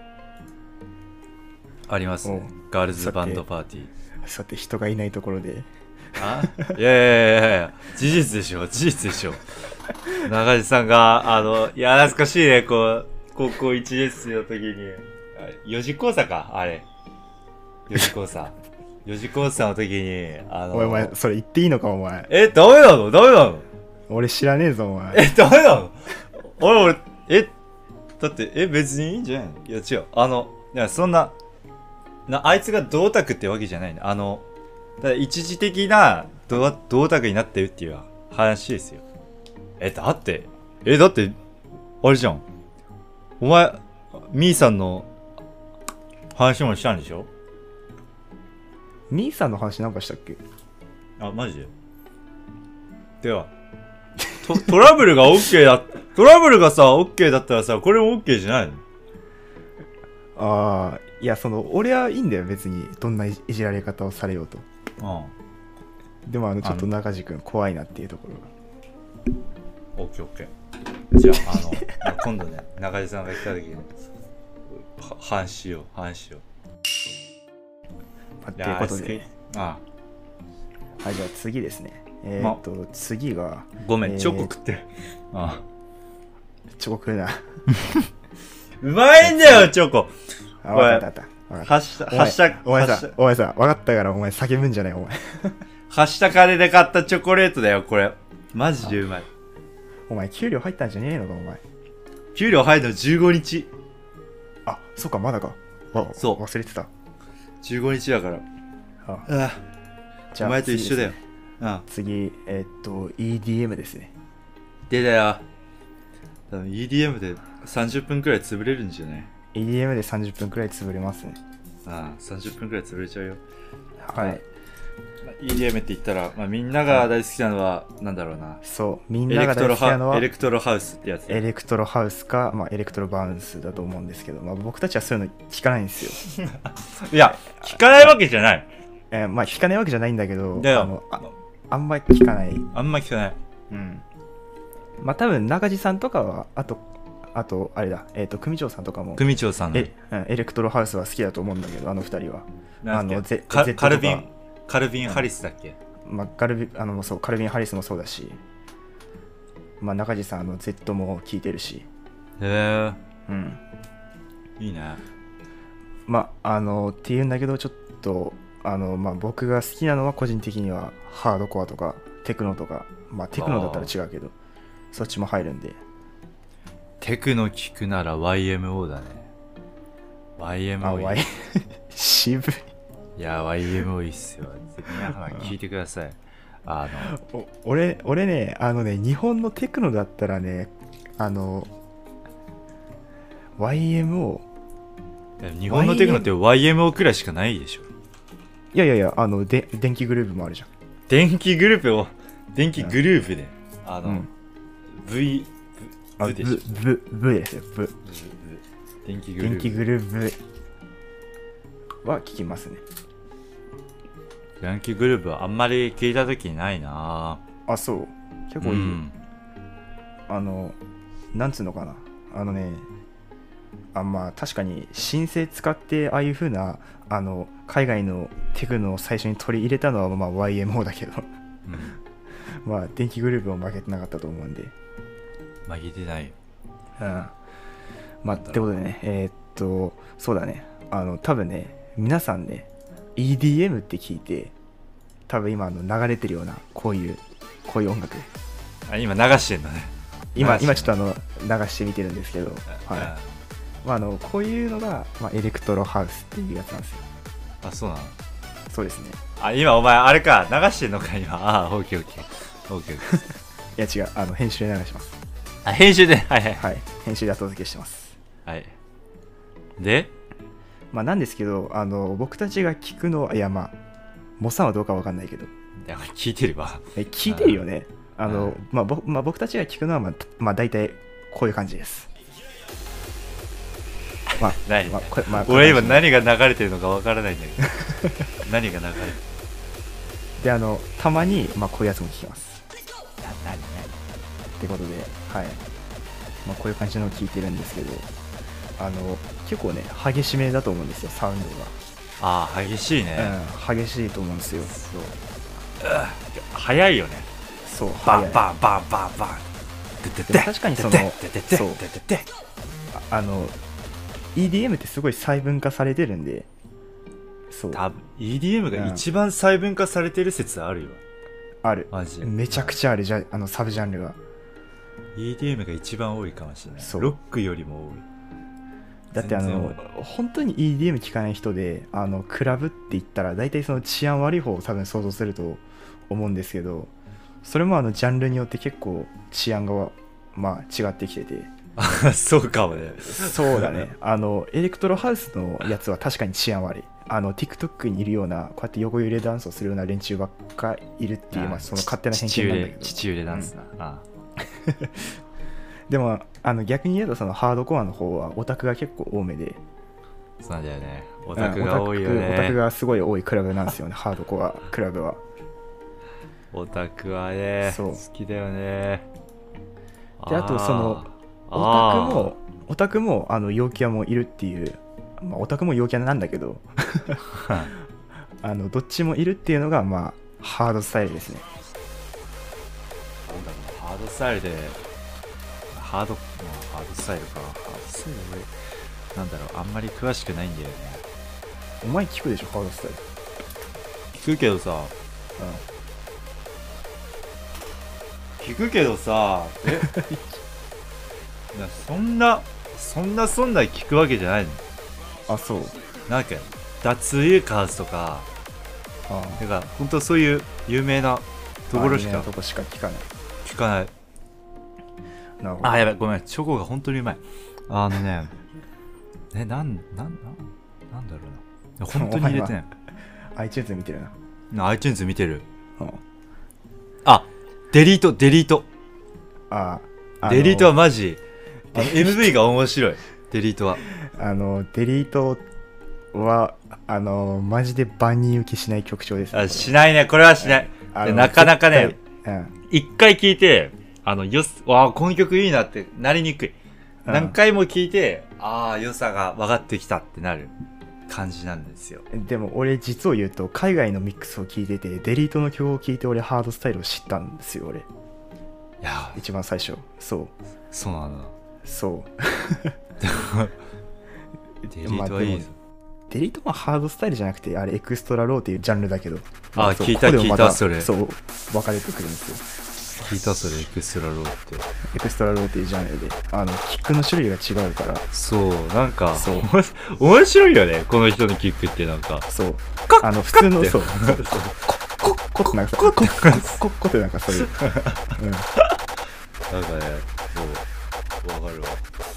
ありますね。ガールズバンドパーティー。 さて人がいないところで。 あいやいやいやいや事実でしょ、事実でしょ。中地さんが、あの、いや、懐かしいね、こう、高校いちねん生の時に、四次講座か、あれ。四次講座。四次講座の時に、あの、 おいお前、それ言っていいのか、お前。 え、ダメなのダメなの俺知らねえぞ、お前。 え、ダメなの俺、俺、え、だって、え、別にいいんじゃないの？いや、違う。あの、いや、そんな、な、あいつが銅卓ってわけじゃないの。あの、だ一時的な銅銅卓になってるっていう話ですよ。え、だって、え、だって、あれじゃん。お前、みーさんの話もしたんでしょ？ みーさんの話なんかしたっけ？ あ、マジで？では、ト, トラブルが OK だ、トラブルがさ、OK だったらさ、これも OK じゃないの？ ああ、いや、その、俺はいいんだよ、別に。どんないじられ方をされようと。 うん。 でも、あの、ちょっと中地君怖いなっていうところが。OK、OK。じゃあ、あの、今度ね、中地さんが来た時に、話しよう、話しよう。 まあ、っていうことで。 ああ。はい、じゃあ次ですね。えー、っと、ま、次が。 ごめん、えー、チョコ食ってる。ああ。 チョコ食うな。 うまいんだよ、チョコ。 あ、わかったわかった。 はした、はした、 お前さ、お前さ、わかったからお前叫ぶんじゃない、お前。 はした金で買ったチョコレートだよ、これ。マジでうまい。 お前、給料入ったんじゃねえのか、お前。 給料入るのじゅうごにち。 あ、そうか、まだか。 そう。 忘れてた。 じゅうごにちだから。ああ。じゃあ、お前と一緒だよ。ああ次、えー、っと、イーディーエム ですね。 でだよ。多分 イーディーエム でさんじゅっぷんくらい潰れるんじゃない？ イーディーエム でさんじゅっぷんくらい潰れますね。 ああ、さんじゅっぷんくらい潰れちゃうよ。 はい。 イーディーエム って言ったら、まあ、みんなが大好きなのは、なんだろうな。 そう、みんなが大好きなのはエレクトロハウスってやつ。 エレクトロハウスか、まあ、エレクトロバウンスだと思うんですけど、まあ、僕たちはそういうの聞かないんですよ。 いや、聞かないわけじゃない。 えー、まあ、聞かないわけじゃないんだけど、 だよ。 あの、あ、あんまり聞かない。 あんまり聞かない。 うん。まあ、多分、中地さんとかは、あと、あと、あれだ、えっ、ー、と、組長さんとかも、 組長さん、 ね、え、うん、エレクトロハウスは好きだと思うんだけど、あの二人は。 あの、ゼカルビン、カルビン・ハリスだっけ？ まあ、カルビ、あの、そう、カルビン・ハリスもそうだし、まあ、中地さん、あの、Z も聞いてるし。 へえ。 うん。 いいね。 まあ、あの、っていうんだけど、ちょっと、あの、まあ、僕が好きなのは、個人的には、ハードコアとか、テクノとか、まあ、テクノだったら違うけど、そっちも入るんで。 テクノ聞くなら ワイエムオー だね。ワイエムオー いい。 渋い。 いや、ワイエムオー いいっすよ。皆さん聞いてください。あの、お俺、俺ね、あのね、日本のテクノだったらね、あの、ワイエムオー。日本のテクノって ワイエムオー くらいしかないでしょ。 いやいやいや、あの、で電気グループもあるじゃん。 電気グループを、電気グループで、うん、あの、うん、V、 ブでしょ。ブ、ブですよ、ブ。 電気グループ。 電気グループは聞きますね。 電気グループはあんまり聞いたときないなぁ。あ、そう。結構いい、うん。あの、なんつうのかな。あのね、あまあ確かに申請使ってああいう風なあの海外のテクノを最初に取り入れたのはまあ ワイエムオー だけど、うん、まあ電気グループも負けてなかったと思うんで。 負けてないよ。 うん。まあってことでね、えー、っとそうだね、あの多分ね皆さんね イーディーエム って聞いて多分今あの流れてるようなこういうこういう音楽、 あ今流してんのね。 今今ちょっとあの流してみてるんですけど、はい。まあ、あのこういうのが、まあ、エレクトロハウスっていうやつなんですよ。 あ、そうなの？ そうですね。 あ、今お前あれか、流してんのか今。ああ、オッケーオッケー。オッケーオッケー。いや違う、あの編集で流します。 あ、編集で、はいはい。 はい、編集で後付けしてます。 はい。 でまあなんですけど、あの僕たちが聞くのは、いやまあモさんはどうかわかんないけど、 いや聞いてればえ聞いてるよね。あの、まあぼまあ、僕たちが聞くのはまあ、まあ、大体こういう感じです。まあ、 何、 まあこれまあ、 俺今何が流れてるのかわからないんだけど何が流れてるで、あのたまに、まあ、こういうやつも聞きます。 な何何ってことで、はい、まあ、こういう感じのを聞いてるんですけど、あの結構ね激しめだと思うんですよ、サウンドああ激しいね、 が、うん、激しいと思うんですよ。 そう早いよね。 そうバンバンバンバンバンでも確かにそのそうあの イーディーエム ってすごい細分化されてるんで、そう多分 イーディーエム が一番細分化されてる説あるよ、 ある、 マジめちゃくちゃあるじゃあのサブジャンルがイーディーエム が一番多いかもしれない。 そうロックよりも多い。 だってあの本当に イーディーエム 聞かない人で、あのクラブって言ったら大体その治安悪い方を多分想像すると思うんですけど、それもあのジャンルによって結構治安がまあ違ってきててそうかもね。 そうだね。あのエレクトロハウスのやつは確かに治安悪い。あの TikTok にいるようなこうやって横揺れダンスをするような連中ばっかいるっていう、まあ、その勝手な偏見なんだけど、 父揺れダンスな、うん、ああでもあの逆に言えばそのハードコアの方はオタクが結構多めで、 そうなんだよね。オタクが多いよね。 オタクがすごい多いクラブなんですよねハードコアクラブは。 オタクはね好きだよね。 であとそのオタクもオタクもあの陽キャもいるっていう、まあ、オタクも陽キャなんだけどあのどっちもいるっていうのがまあハードスタイルですね。 ハードスタイルでハード、まあ、ハードスタイルか。ハードスタイル俺なんだろう、あんまり詳しくないんだよね。 お前聞くでしょハードスタイル。 聞くけどさ、うん、聞くけどさえいやそんなそんなそんな聞くわけじゃないの。 あ、そう。 なんか脱ユーカーズとか、ああ、だから本当そういう有名なところしかとこしか聞かない聞かない。なるほど。あ、やばい、ごめん、チョコが本当にうまい。あのねえ、なん、なん、なん、なんだろうな、本当に入れてない。 iTunes 見てるな。iTunes 見てる。うん、あ、デリート、デリート。 ああ、デリートはマジ、あの エムブイ が面白い。デリートは。あの、デリートは、あの、マジで万人受けしない曲調です、ね。 あ、しないね、これはしない。なかなかね、一、うん、回聴いて、あの、よす、わあ、この曲いいなってなりにくい。うん、何回も聴いて、ああ、良さが分かってきたってなる感じなんですよ。 でも俺実を言うと海外のミックスを聴いてて、デリートの曲を聴いて俺ハードスタイルを知ったんですよ俺。いや一番最初。そうそうなんだ。 そうデリートはいいぞ。 デリートはハードスタイルじゃなくて、あれエクストラローっていうジャンルだけど、 ああ、聞いた聞いた。それそう分かれてくるんですよ。 聞いたそれ。エクストラローってエクストラローっていうジャンルで、あのキックの種類が違うから。 そうなんかそう面白いよね、この人のキックって。なんかそうあの普通のそうコッコッってなんかコッコッコッコってなんかそういう、うん、なんかね、 そうわかるわ。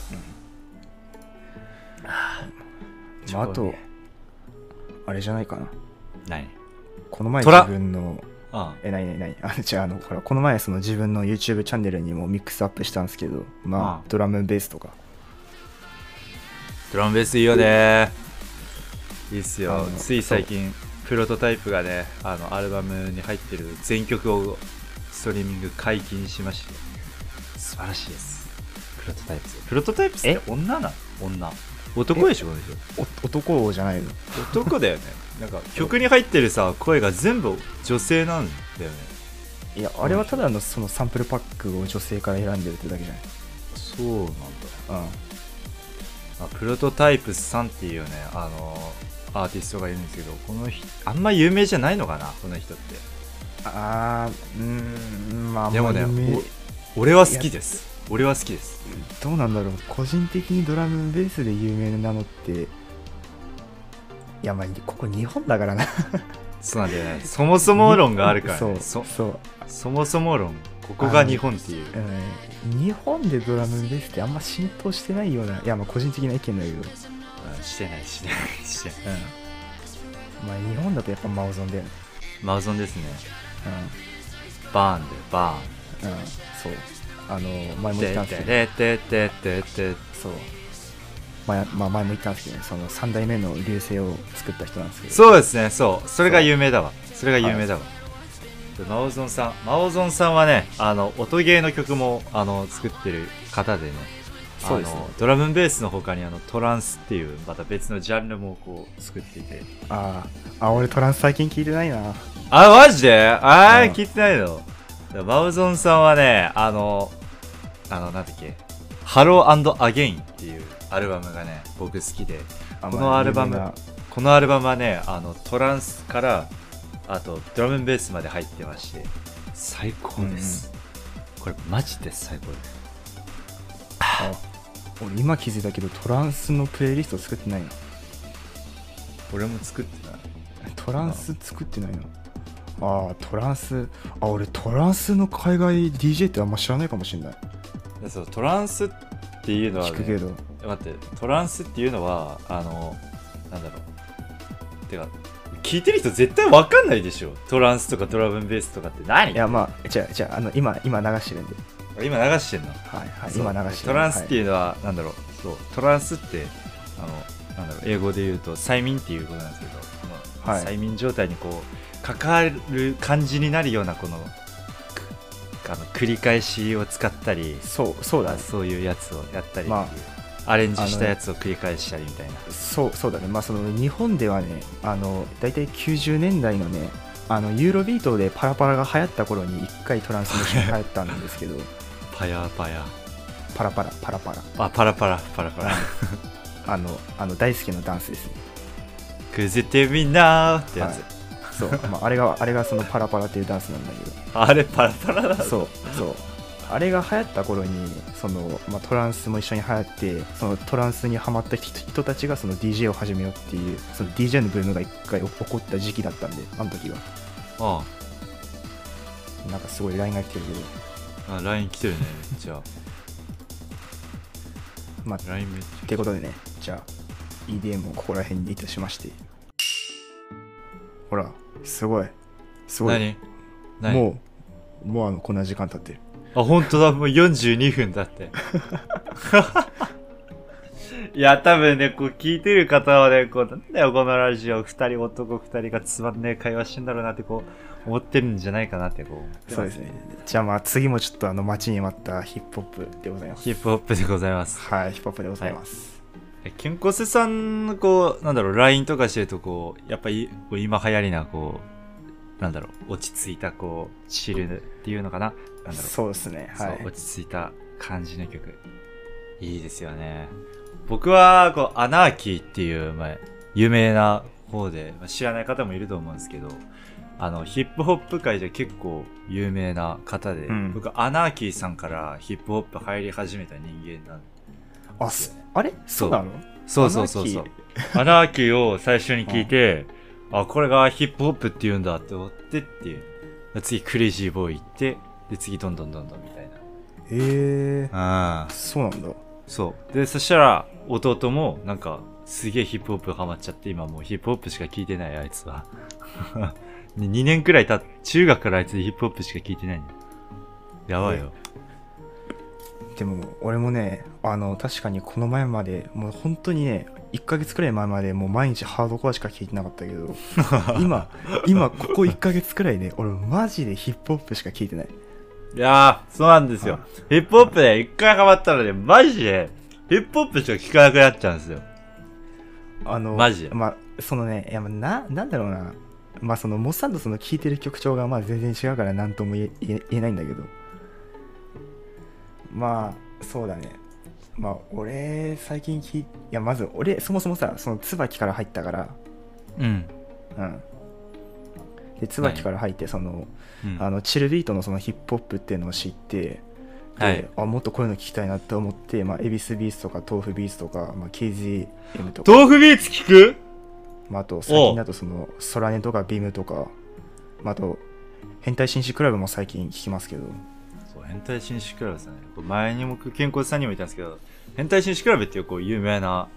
うん、まあ、あとあれじゃないかな。 何この前自分のああえ、なになになにあの、じゃあ、あの、ほら、この前、その自分の YouTube チャンネルにもミックスアップしたんですけど、まあ、ああドラムベースとか。 ドラムベースいいよね。いいっすよ。つい最近、プロトタイプがね、あの、アルバムに入ってる全曲をストリーミング解禁しまして、素晴らしいです。プロトタイプ。プロトタイプって女なの？女。男でしょ、この人。男じゃないの？ 男だよね。なんか曲に入ってるさ声が全部女性なんだよね。 いや、あれはただのそのサンプルパックを女性から選んでるってだけじゃない。 そうなんだ。 うん。 あ、プロトタイプさんっていうね、あのアーティストがいるんですけど、この人あんま有名じゃないのかな、この人って。 ああ、うーん、まあでもね、俺は好きです。俺は好きです。 どうなんだろう、個人的にドラムベースで有名なのって。いや、まあここ日本だからなそうなんだよね。そもそも論があるから、ね、 そうそそうそもそも論、ここが日本っていう、 うん、日本でドラムベースってあんま浸透してないような、いやまあ個人的な意見だけど、 してないしてないしてない。 うん。まあ日本だとやっぱマオゾンだよね。 マウゾンですね。 うバーンでバーン。 ん。うん。そう。あの、前も言てったんですけど、 ててててて。 そう。前まあ前も言ったんですけどね、そのさん代目の流星を作った人なんですけど。 そうですね、そう。それが有名だわ。それが有名だわ。マオゾンさん、マオゾンさんはね、あの音ゲーの曲もあの作ってる方でね、 そうですね、 あのドラムンベースの他にあのトランスっていうまた別のジャンルもこう作っていて。 あーあ、俺トランス最近聞いてないな。 あ、マジであー、 うん聞いてないの。マオゾンさんはね、あの、あの、なんだっけ、ハローアゲインっていうアルバムがね、僕好きで、このアルバム、このアルバムはね、あのトランスからあとドラムンベースまで入ってまして最高です、うん、これマジで最高です。 あ、俺今気づいたけどトランスのプレイリスト作ってないな。 俺も作ってない。 トランス作ってないの。ああ、トランス、あ、俺トランスの海外 ディージェー ってあんま知らないかもしれない。 そう、トランスっていうのは、ね、 聞くけど、 待って、トランスっていうのはあのなんだろう、てか聞いてる人絶対わかんないでしょ。トランスとかドラムベースとかって何。 いや、まあじゃあじゃあ、あの今今流してるんで。 今流してんの。 はいはい、今流してる。 トランスっていうのは、はい、なんだろう、そう、トランスってあのなんだろう、英語で言うと催眠っていうことなんですけど、まあ、はい、催眠状態にこう関わる感じになるようなこのあの繰り返しを使ったり、 そうそうだ、ね、 そういうやつをやったり、 まあ、アレンジしたやつを繰り返したりみたいな。 そうそうだね。まあその日本ではね、あのだいたいきゅうじゅうねんだいのね、あのユーロビートでパラパラが流行った頃に一回トランスも一緒に流行ったんですけどパヤパヤパラパラパラパラあパラパラパラパラあのあの大好きなダンスですね。 くずってみんなーってやつ、はい、 そう、まあ、あれがあれがそのパラパラっていうダンスなんだけどあれパラパラだ。 そうそうあれが流行った頃にその、まあ、トランスも一緒に流行って、そのトランスにハマった人, 人たちがその ディージェー を始めようっていうその ディージェー のブームが一回起こった時期だったんで、あの時は。 ああ、なんかすごい ライン が来てるけど。あ、ライン 来てるね、めっちゃ。 まあ、ライン めっちゃ。ってことでね、じゃあ イーディーエム をここら辺にいたしまして、ほら、すごいすごい。 何何もうもうあのこんな時間経ってる。 あ、本当だ、もうよんじゅうにふんだっていや、多分ね、こう聞いてる方はね、こうなんだよこのラジオ、二人男二人がつまんねえ会話してんだろうなってこう思ってるんじゃないかなってこう。 そうですね。じゃあまあ次もちょっとあの待ちに待ったヒップホップでございます。 ヒップホップでございます。 はい、ヒップホップでございます。 はい、ケンコセさんのこうなんだろう、 ライン とかしてるとこうやっぱり今流行りなこうなんだろう、落ち着いたこうチルっていうのかな、なんだろう、 そうですね、はい、 そう落ち着いた感じの曲いいですよね。僕はこうアナーキーっていう、まあ、有名な方で、まあ、知らない方もいると思うんですけど、あのヒップホップ界じゃ結構有名な方で、うん、僕アナーキーさんからヒップホップ入り始めた人間なんですよね。 あ、あれそうなの？ そうそうそうそう。アナーキーを最初に聞いて、あ、これがヒップホップって言うんだって思ってっていう。次クレイジーボーイ行って、で次どんどんどんどんみたいな。 へえ。 ああ。 そうなんだ。 そう。で、そしたら弟もなんかすげえヒップホップハマっちゃって、今もうヒップホップしか聞いてないあいつは。にねんくらい経って、中学からあいつヒップホップしか聞いてないんだ。やばいよ。 でも俺もね、あの確かにこの前までもう本当にね、いっかげつくらい前までもう毎日ハードコアしか聞いてなかったけど今今ここいっかげつくらいで俺マジでヒップホップしか聞いてない。 いやー、そうなんですよ。ヒップホップで一回ハマったらね、マジでヒップホップしか聞かなくなっちゃうんですよ。 あのマジで。 まあそのね、いやななんだろうな、まあそのモッサンとその聞いてる曲調がまあ全然違うから何とも言え、言え、言えないんだけど、まあそうだね。まあ俺最近聞いいやまず俺そもそもさ、その椿から入ったから、 うんうんで椿から入ってその、うん、あのチルビートのそのヒップホップっていうのを知って、で、はい、あもっとこういうの聞きたいなって思って、まあエビスビーツとか豆腐ビーツとか、まあ ケージーエム とか、 豆腐ビーツ聞く？ まああと最近だとそのソラネとかビームとか、まああと変態紳士クラブも最近聞きますけど。 そう、変態紳士クラブですね。前にも健康さんにも言ったんですけど、変態紳士クラブっていうこう有名な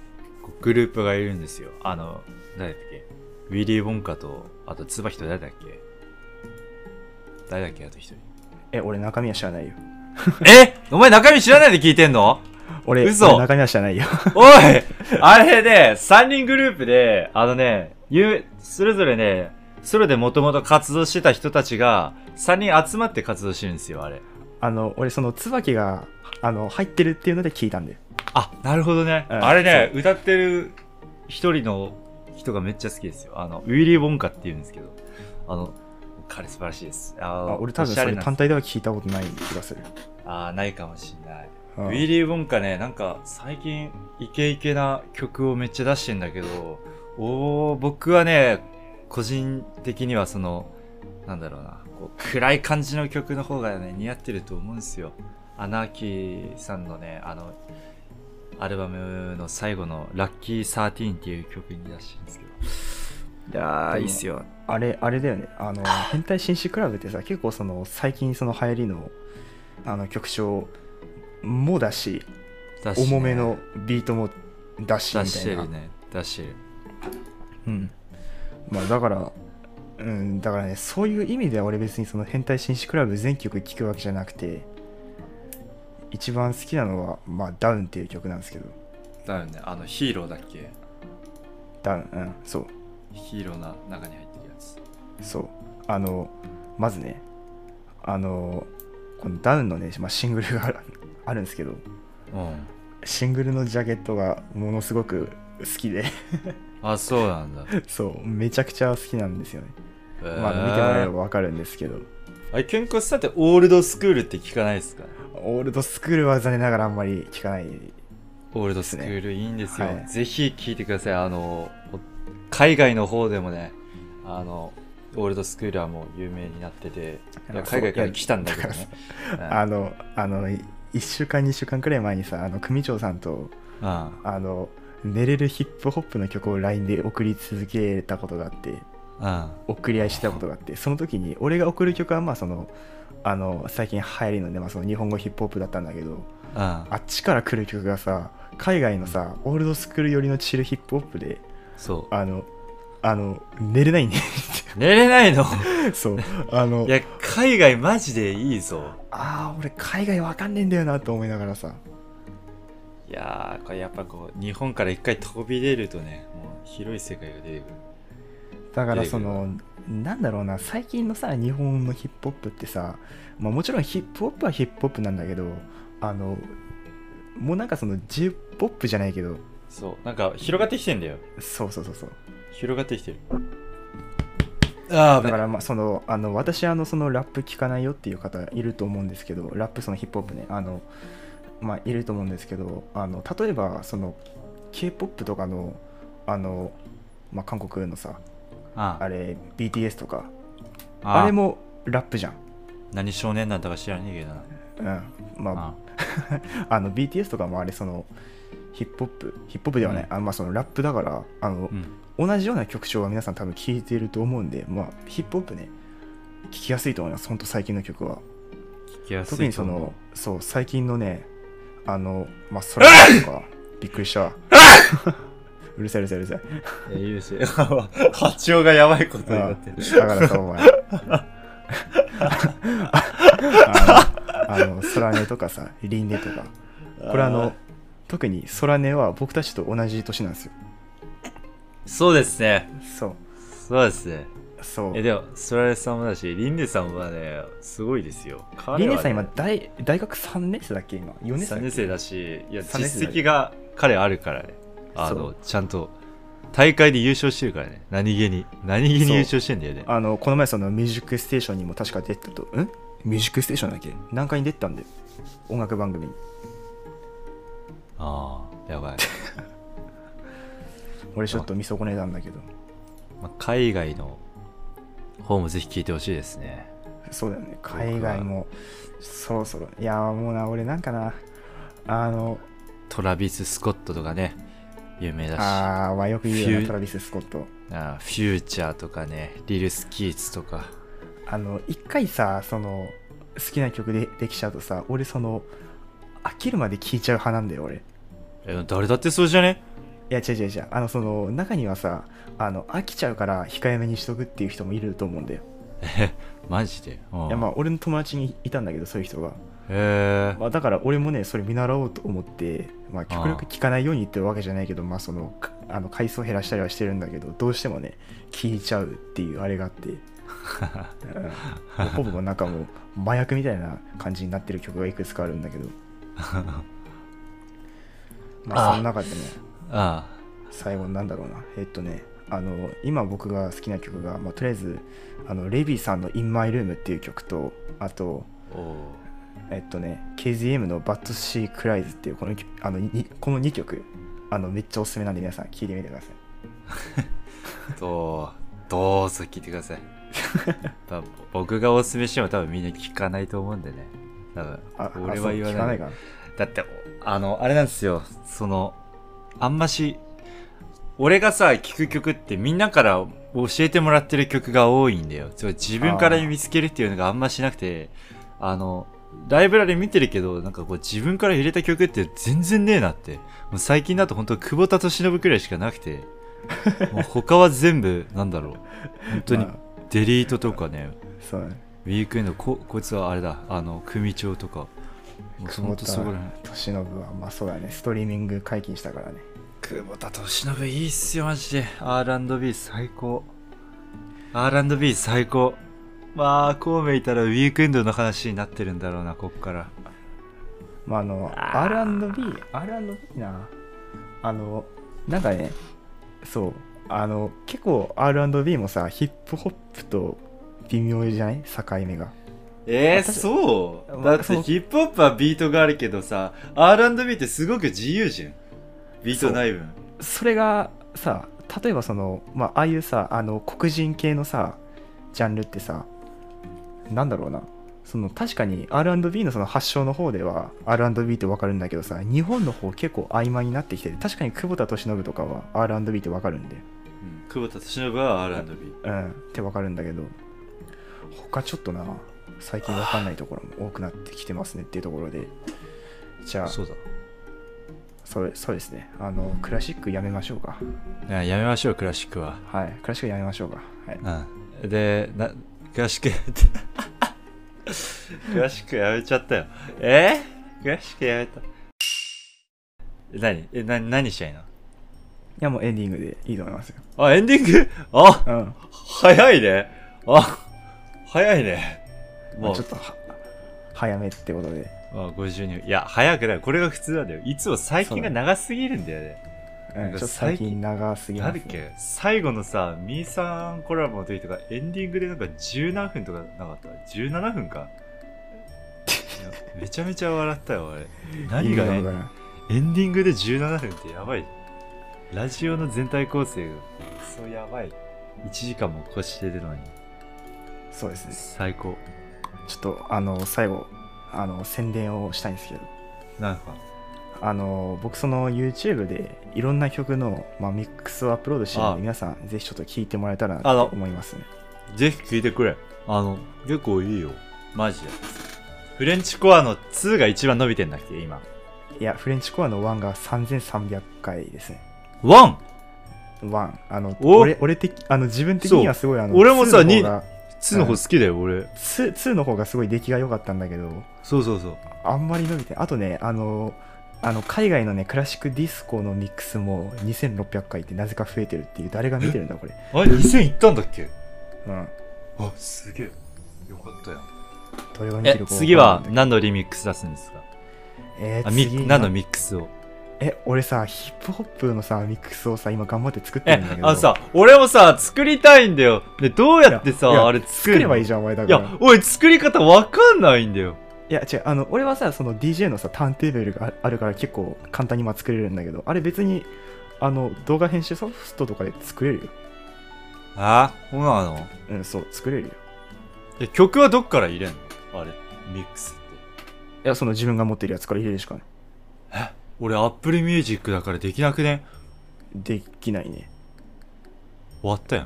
グループがいるんですよ。あの、誰だっけ、ウィリー・ウォンカと、あと、椿と誰だっけ、誰だっけ、あと一人。 え、俺中身は知らないよ。 え、お前中身知らないで聞いてんの？ 俺、 嘘。 俺中身は知らないよ。 おい、あれね、さんにんグループで、あのね、それぞれね、ソロでもともと活動してた人たちが、さんにん集まって活動してるんですよ、あれ。 あの、俺、その、椿が、あの、入ってるっていうので聞いたんだよ。 あ、なるほどね。うん、あれね、歌ってる一人の人がめっちゃ好きですよ。あの、ウィリー・ウォンカって言うんですけど、あの、彼素晴らしいです。ああ、俺多分それ単体では聞いたことない気がする。 ああ、ないかもしんない。ウィリー・ウォンカね、なんか最近イケイケな曲をめっちゃ出してんだけど、おー、僕はね、個人的にはその、なんだろうな、こう暗い感じの曲の方がね、似合ってると思うんですよ。アナーキーさんのね、あの、アルバムの最後のラッキーサーティーンっていう曲に出してるんですけど。いやー、いいっすよ。 あれ、あれだよね。あの、変態紳士クラブってさ、結構その、最近その流行りの、あの、曲調もだし、だしね、重めのビートもだし、みたいな。 出してるね。出してる。 うん。まあ、だから、うん、だからね、そういう意味では俺別にその変態紳士クラブ全曲聴くわけじゃなくて、一番好きなのは、まあ、ダウンっていう曲なんですけど。 ダウンね、あの、ヒーローだっけ？ ダウン、うん、そう。 ヒーローな中に入ってるやつ。 そう。あの、まずね、あの、このダウンのね、まあ、シングルがあるんですけど、うん、シングルのジャケットがものすごく好きであ、そうなんだ。 そう、めちゃくちゃ好きなんですよね。えー、まあ、見てもらえればわかるんですけど。 あれ、ケンコスさんってオールドスクールって聞かないですか？ オールドスクールは残念ながらあんまり聞かない、ね。 オールドスクールいいんですよ。はい、ぜひ聞いてください。あの、海外の方でもね、あの、オールドスクールはもう有名になってて、いや海外から来たんだけどね。 あの、あの、いっしゅうかん、にしゅうかんくらい前にさ、あの、組長さんと、うん、あの、寝れるヒップホップの曲を ライン で送り続けたことがあって、うん、送り合いしてたことがあって、その時に俺が送る曲はまあそのあの最近流行りのね、まあ、その日本語ヒップホップだったんだけど、うん、あっちから来る曲がさ、海外のさ、オールドスクール寄りのチルヒップホップで、そうあのあの寝れないね寝れないのそうあのいや海外マジでいいぞ。 ああ、俺海外わかんねえんだよなと思いながらさ、 いやーこれやっぱこう日本から一回飛び出るとね、もう広い世界が出てくる。 だからそのなんだろうな、最近のさ日本のヒップホップってさ、まあ、もちろんヒップホップはヒップホップなんだけど、あのもうなんかその J-ポップ じゃないけど、 そうなんか広がってきてんだよ。 そうそうそうそう、 広がってきてる。 あだからまあそのあの私あのそのラップ聞かないよっていう方いると思うんですけど、ラップそのヒップホップね、あのまあいると思うんですけど、あの例えばその K-ポップ とかのあのまあ韓国のさ、あ, あれ ビーティーエス とか あ, あれもラップじゃん。 何少年なんだか知らねえけどな。 うん、まああの ビーティーエス とかもあれそのヒップホップヒップホップではない、うん、あまあそのラップだからあの、うん、同じような曲調は皆さん多分聴いていると思うんで、まあヒップホップね聴きやすいと思います。本当最近の曲は聴きやすい。 特にそのそう最近のねあのまあそれとかびっくりしたうるさいうるさいうるさい。 いや、いいですよ。波長がやばいことになってる。 だからさ、お前。あの、あの、ソラネとかさ、リンネとか。これあの、特にソラネは僕たちと同じ年なんですよ。 そうですね。 そう。 そうですね。 そう。 え、でも、ソラネさんもだし、リンネさんはね、すごいですよ。 ね、リンネさん今大、大学さんねん生だっけ今。よねん生だっけ。さんねん生だし、いや、実績が彼あるからね。あのちゃんと大会で優勝してるからね。何気に何気に優勝してんだよね。 あのこの前そのミュージックステーションにも確か出てたと、んミュージックステーションだっけ、何回に出てたんで、音楽番組に。 ああやばい俺ちょっと見損ねたんだけど、 まあ、海外の方もぜひ聞いてほしいですね。 そうだよね、海外もそろそろ。いやもうな、俺なんかな、あのトラビス・スコットとかね、有名だし。 ああ、まあよく言うよな、トラビス・スコット。 あフューチャーとかね、リル・スキーツとか。 あの、一回さ、その、好きな曲でできちゃうとさ、俺その、飽きるまで聴いちゃう派なんだよ、俺。 え、誰だってそうじゃね？ いや違う違う違う、あのその中にはさ、あの飽きちゃうから控えめにしとくっていう人もいると思うんだよ。 え、マジで？ いやまあ俺の友達にいたんだけど、そういう人が。 へえ。 まあ、だから俺もねそれ見習おうと思って、まあ、極力聞かないように言ってるわけじゃないけど、まあそのあの回数減らしたりはしてるんだけど、どうしてもね聞いちゃうっていうあれがあって、うん、ほぼなんかもう麻薬みたいな感じになってる曲がいくつかあるんだけどまあその中でね、 ああ最後なんだろうな、えっとねあの今僕が好きな曲が、まあ、とりあえずあのレビーさんの In My Room っていう曲と、あとえっとね ケーゼーエム の But She Cries っていうこのあのにこのにきょくあのめっちゃおすすめなんで皆さん聴いてみてくださいどうどうぞ聴いてください僕がおすすめしても多分みんな聞かないと思うんでね、多分俺は言わない。聞かないかな。だってあのあれなんですよ、そのあんまし俺がさ聴く曲ってみんなから教えてもらってる曲が多いんだよ。自分から見つけるっていうのがあんましなくて、あのライブラリ見てるけどなんかこう自分から入れた曲って全然ねえなって、もう最近だと本当久保田利伸くらいしかなくてもう他は全部なんだろう本当にデリートとかね、 そうね、 ウィークエンド こ, こいつはあれだ、あの組長とかもう久保田利伸はまあそうだね、ストリーミング解禁したからね。 久保田利伸いいっすよマジで。 アールアンドビー 最高、 アールアンドビー 最高。まあこうめいたらウィークエンドの話になってるんだろうなこっから。 まああの アールアンドビー アールアンドビー な、あのなんかね、そうあの結構 アールアンドビー もさヒップホップと微妙じゃない境目が。 えー、そうだってヒップホップはビートがあるけどさ アールアンドビー ってすごく自由じゃん、ビートない分。 そ, それがさ、例えばその、まあ、ああいうさあの黒人系のさジャンルってさ、なんだろうな、その確かに アールアンドビー のその発祥の方では アールアンドビー って分かるんだけどさ、日本の方結構曖昧になってきてて、確かに久保田利伸とかは アールアンドビー って分かるんで、 うん、久保田利伸は アールアンドビーうんって分かるんだけど、他ちょっとな最近分かんないところも多くなってきてますねっていうところで、じゃあそうだそれそうですね、あのクラシックやめましょうか。 いややめましょうクラシックは。 はい、クラシックやめましょうか。はい、 うん、でなクラシッククラシックやめちゃったよ。えー、クラシックやめた。何えな何したいの？いやもうエンディングでいいと思いますよ。 あエンディングあ、 うん、 早いね。あ早いね。 もうちょっと早めってことで。 あごじゅうにふん。いや早くない、これが普通なんだよ。いつも最近が長すぎるんだよね。 うん、ちょっと最近長すぎます、ね。 なんだっけ最後のさミーさんコラボの時とかエンディングでなんかじゅうなんぷんとかなかった？じゅうななふんかめちゃめちゃ笑ったよ俺。何がねエンディングでじゅうななふんってやばい。ラジオの全体構成がそうやばい。いちじかんも越してるのに。 そうですね、 最高。 ちょっとあの最後あの宣伝をしたいんですけど、 なんかあの僕その YouTube でいろんな曲の、まあ、ミックスをアップロードしてるので、皆さんぜひちょっと聴いてもらえたらなと思いますね。 ぜひ聴いてくれ。あの結構いいよマジで。フレンチコアのにが一番伸びてんだっけ今？ いやフレンチコアのいちがさんぜんさんびゃっかいですね。 いち? いちあの俺俺的あの自分的にはすごいあの俺もさににの方好きだよ、うん、俺に, にの方がすごい出来が良かったんだけど、 そうそうそうあんまり伸びて、あとねあのあの海外のねクラシックディスコのミックスもにせんろっぴゃっかいってなぜか増えてるっていう。誰が見てるんだこれ。 あれにせんいったんだっけ？ うん。 あすげえよかったよ。 どれが見てるか。 え次は何のリミックス出すんですか？ えー、 あみ何のミックスを？ え俺さヒップホップのさミックスをさ今頑張って作ってるんだけど。 えあのさ俺もさ作りたいんだよ。でどうやってさあれ作る作ればいいじゃんお前だから。 いやおい作り方わかんないんだよ。 いや違う、あの俺はさその ディージェー のさターンテーブルがあるから結構簡単にまあ作れるんだけど、あれ別にあの動画編集ソフトとかで作れるよ。 あそうなの？ うんそう作れるよ。 え曲はどっから入れんのあれミックスって？ いやその自分が持ってるやつから入れるしかない。 え俺 Apple Music だからできなくね？ できないね。 終わったやん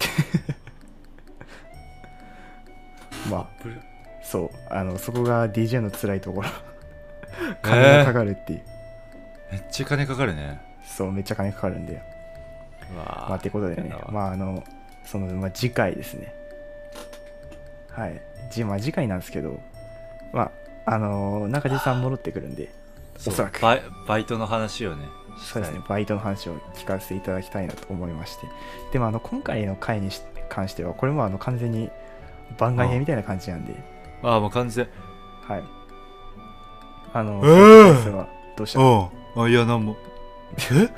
まあそうあのそこが ディージェー の辛いところ金がかかるっていう、 えー、めっちゃ金かかるね。 そうめっちゃ金かかるんで。 まあってことでね、まああのその、まあ、次回ですね。はい、じまあ、次回なんですけど、まああの中地さん戻ってくるんで、おそらくバイバイトの話をね。 そうですね、バイトの話を聞かせていただきたいなと思いまして、でもあの今回の回に関してはこれもあの完全に番外編みたいな感じなんで、 ああもう完全はい、あの、 えー、 それはどうしたの？ ああいやなんもえ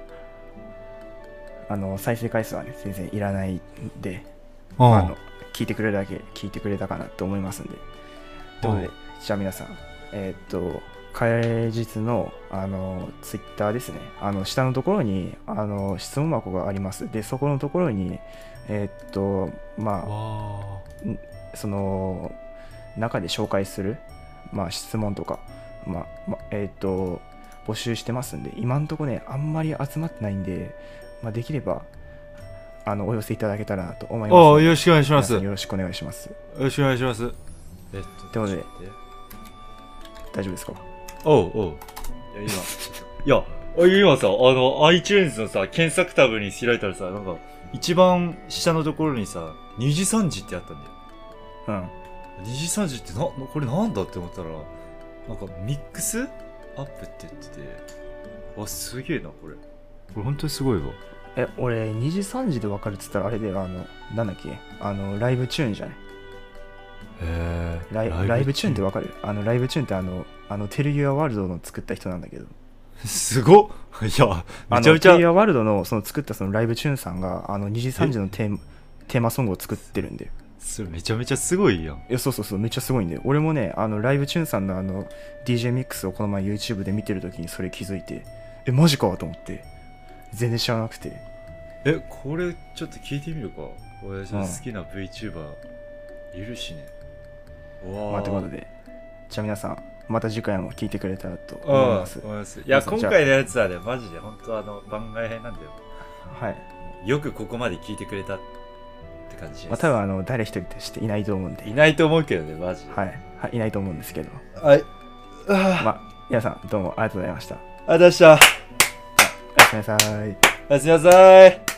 あの再生回数はね全然いらないんで、 あああの聞いてくれるだけ聞いてくれたかなと思いますんで、ということでじゃあ皆さんえー、っと開日のあのツイッターですね、あの下のところにあの質問箱があります。でそこのところにえー、っとまあその中で紹介する、まあ、質問とか、まあまえー、っと募集してますんで、今のところねあんまり集まってないんで、まあ、できればあのお寄せいただけたらなと思いますので、 よろしくお願いします。 よろしくお願いします。よろしくお願いします。 えっとということで大丈夫ですか？ おうおう。いや今いや今さあの iTunes のさ検索タブに開いたらさ、なんか一番下のところにさにじさんじってあったんだよ。うん。にじさんじってなこれなんだって思ったら、なんかミックスアップって言ってて、わすげえなこれ。これ本当にすごいわ。 え俺にじさんじで分かるっつったらあれで、あのなんだっけ、あのライブチューンじゃない？ へーライライブチューンって分かる？あのライブチューンってあのあのテルユアワールドの作った人なんだけど、 すごっ。いやめちゃめちゃテルユアワールドのその作ったそのライブチューンさんがあのにじさんじのテーマテーマソングを作ってるんで、 それめちゃめちゃすごいやん。いやそうそうそうめっちゃすごいんで、俺もねあのライブチューンさんのあの ディージェー ミックスをこの前 YouTube で見てるときにそれ気づいて、えマジかと思って全然知らなくて、 えこれちょっと聞いてみるか。俺好きな VTuber いるしね。 まあということでじゃあ皆さんまた次回も聞いてくれたらと思います。 いや今回のやつはねマジで本当あの番外編なんだよ。 はい。 よくここまで聞いてくれたって感じです。 まあ、多分あの誰一人としていないと思うんで。 いないと思うけどねマジで。 はい、はい、いないと思うんですけど。 はい。 まあ皆さんどうもありがとうございました。 ありがとうございました。 おやすみなさい。 おやすみなさい。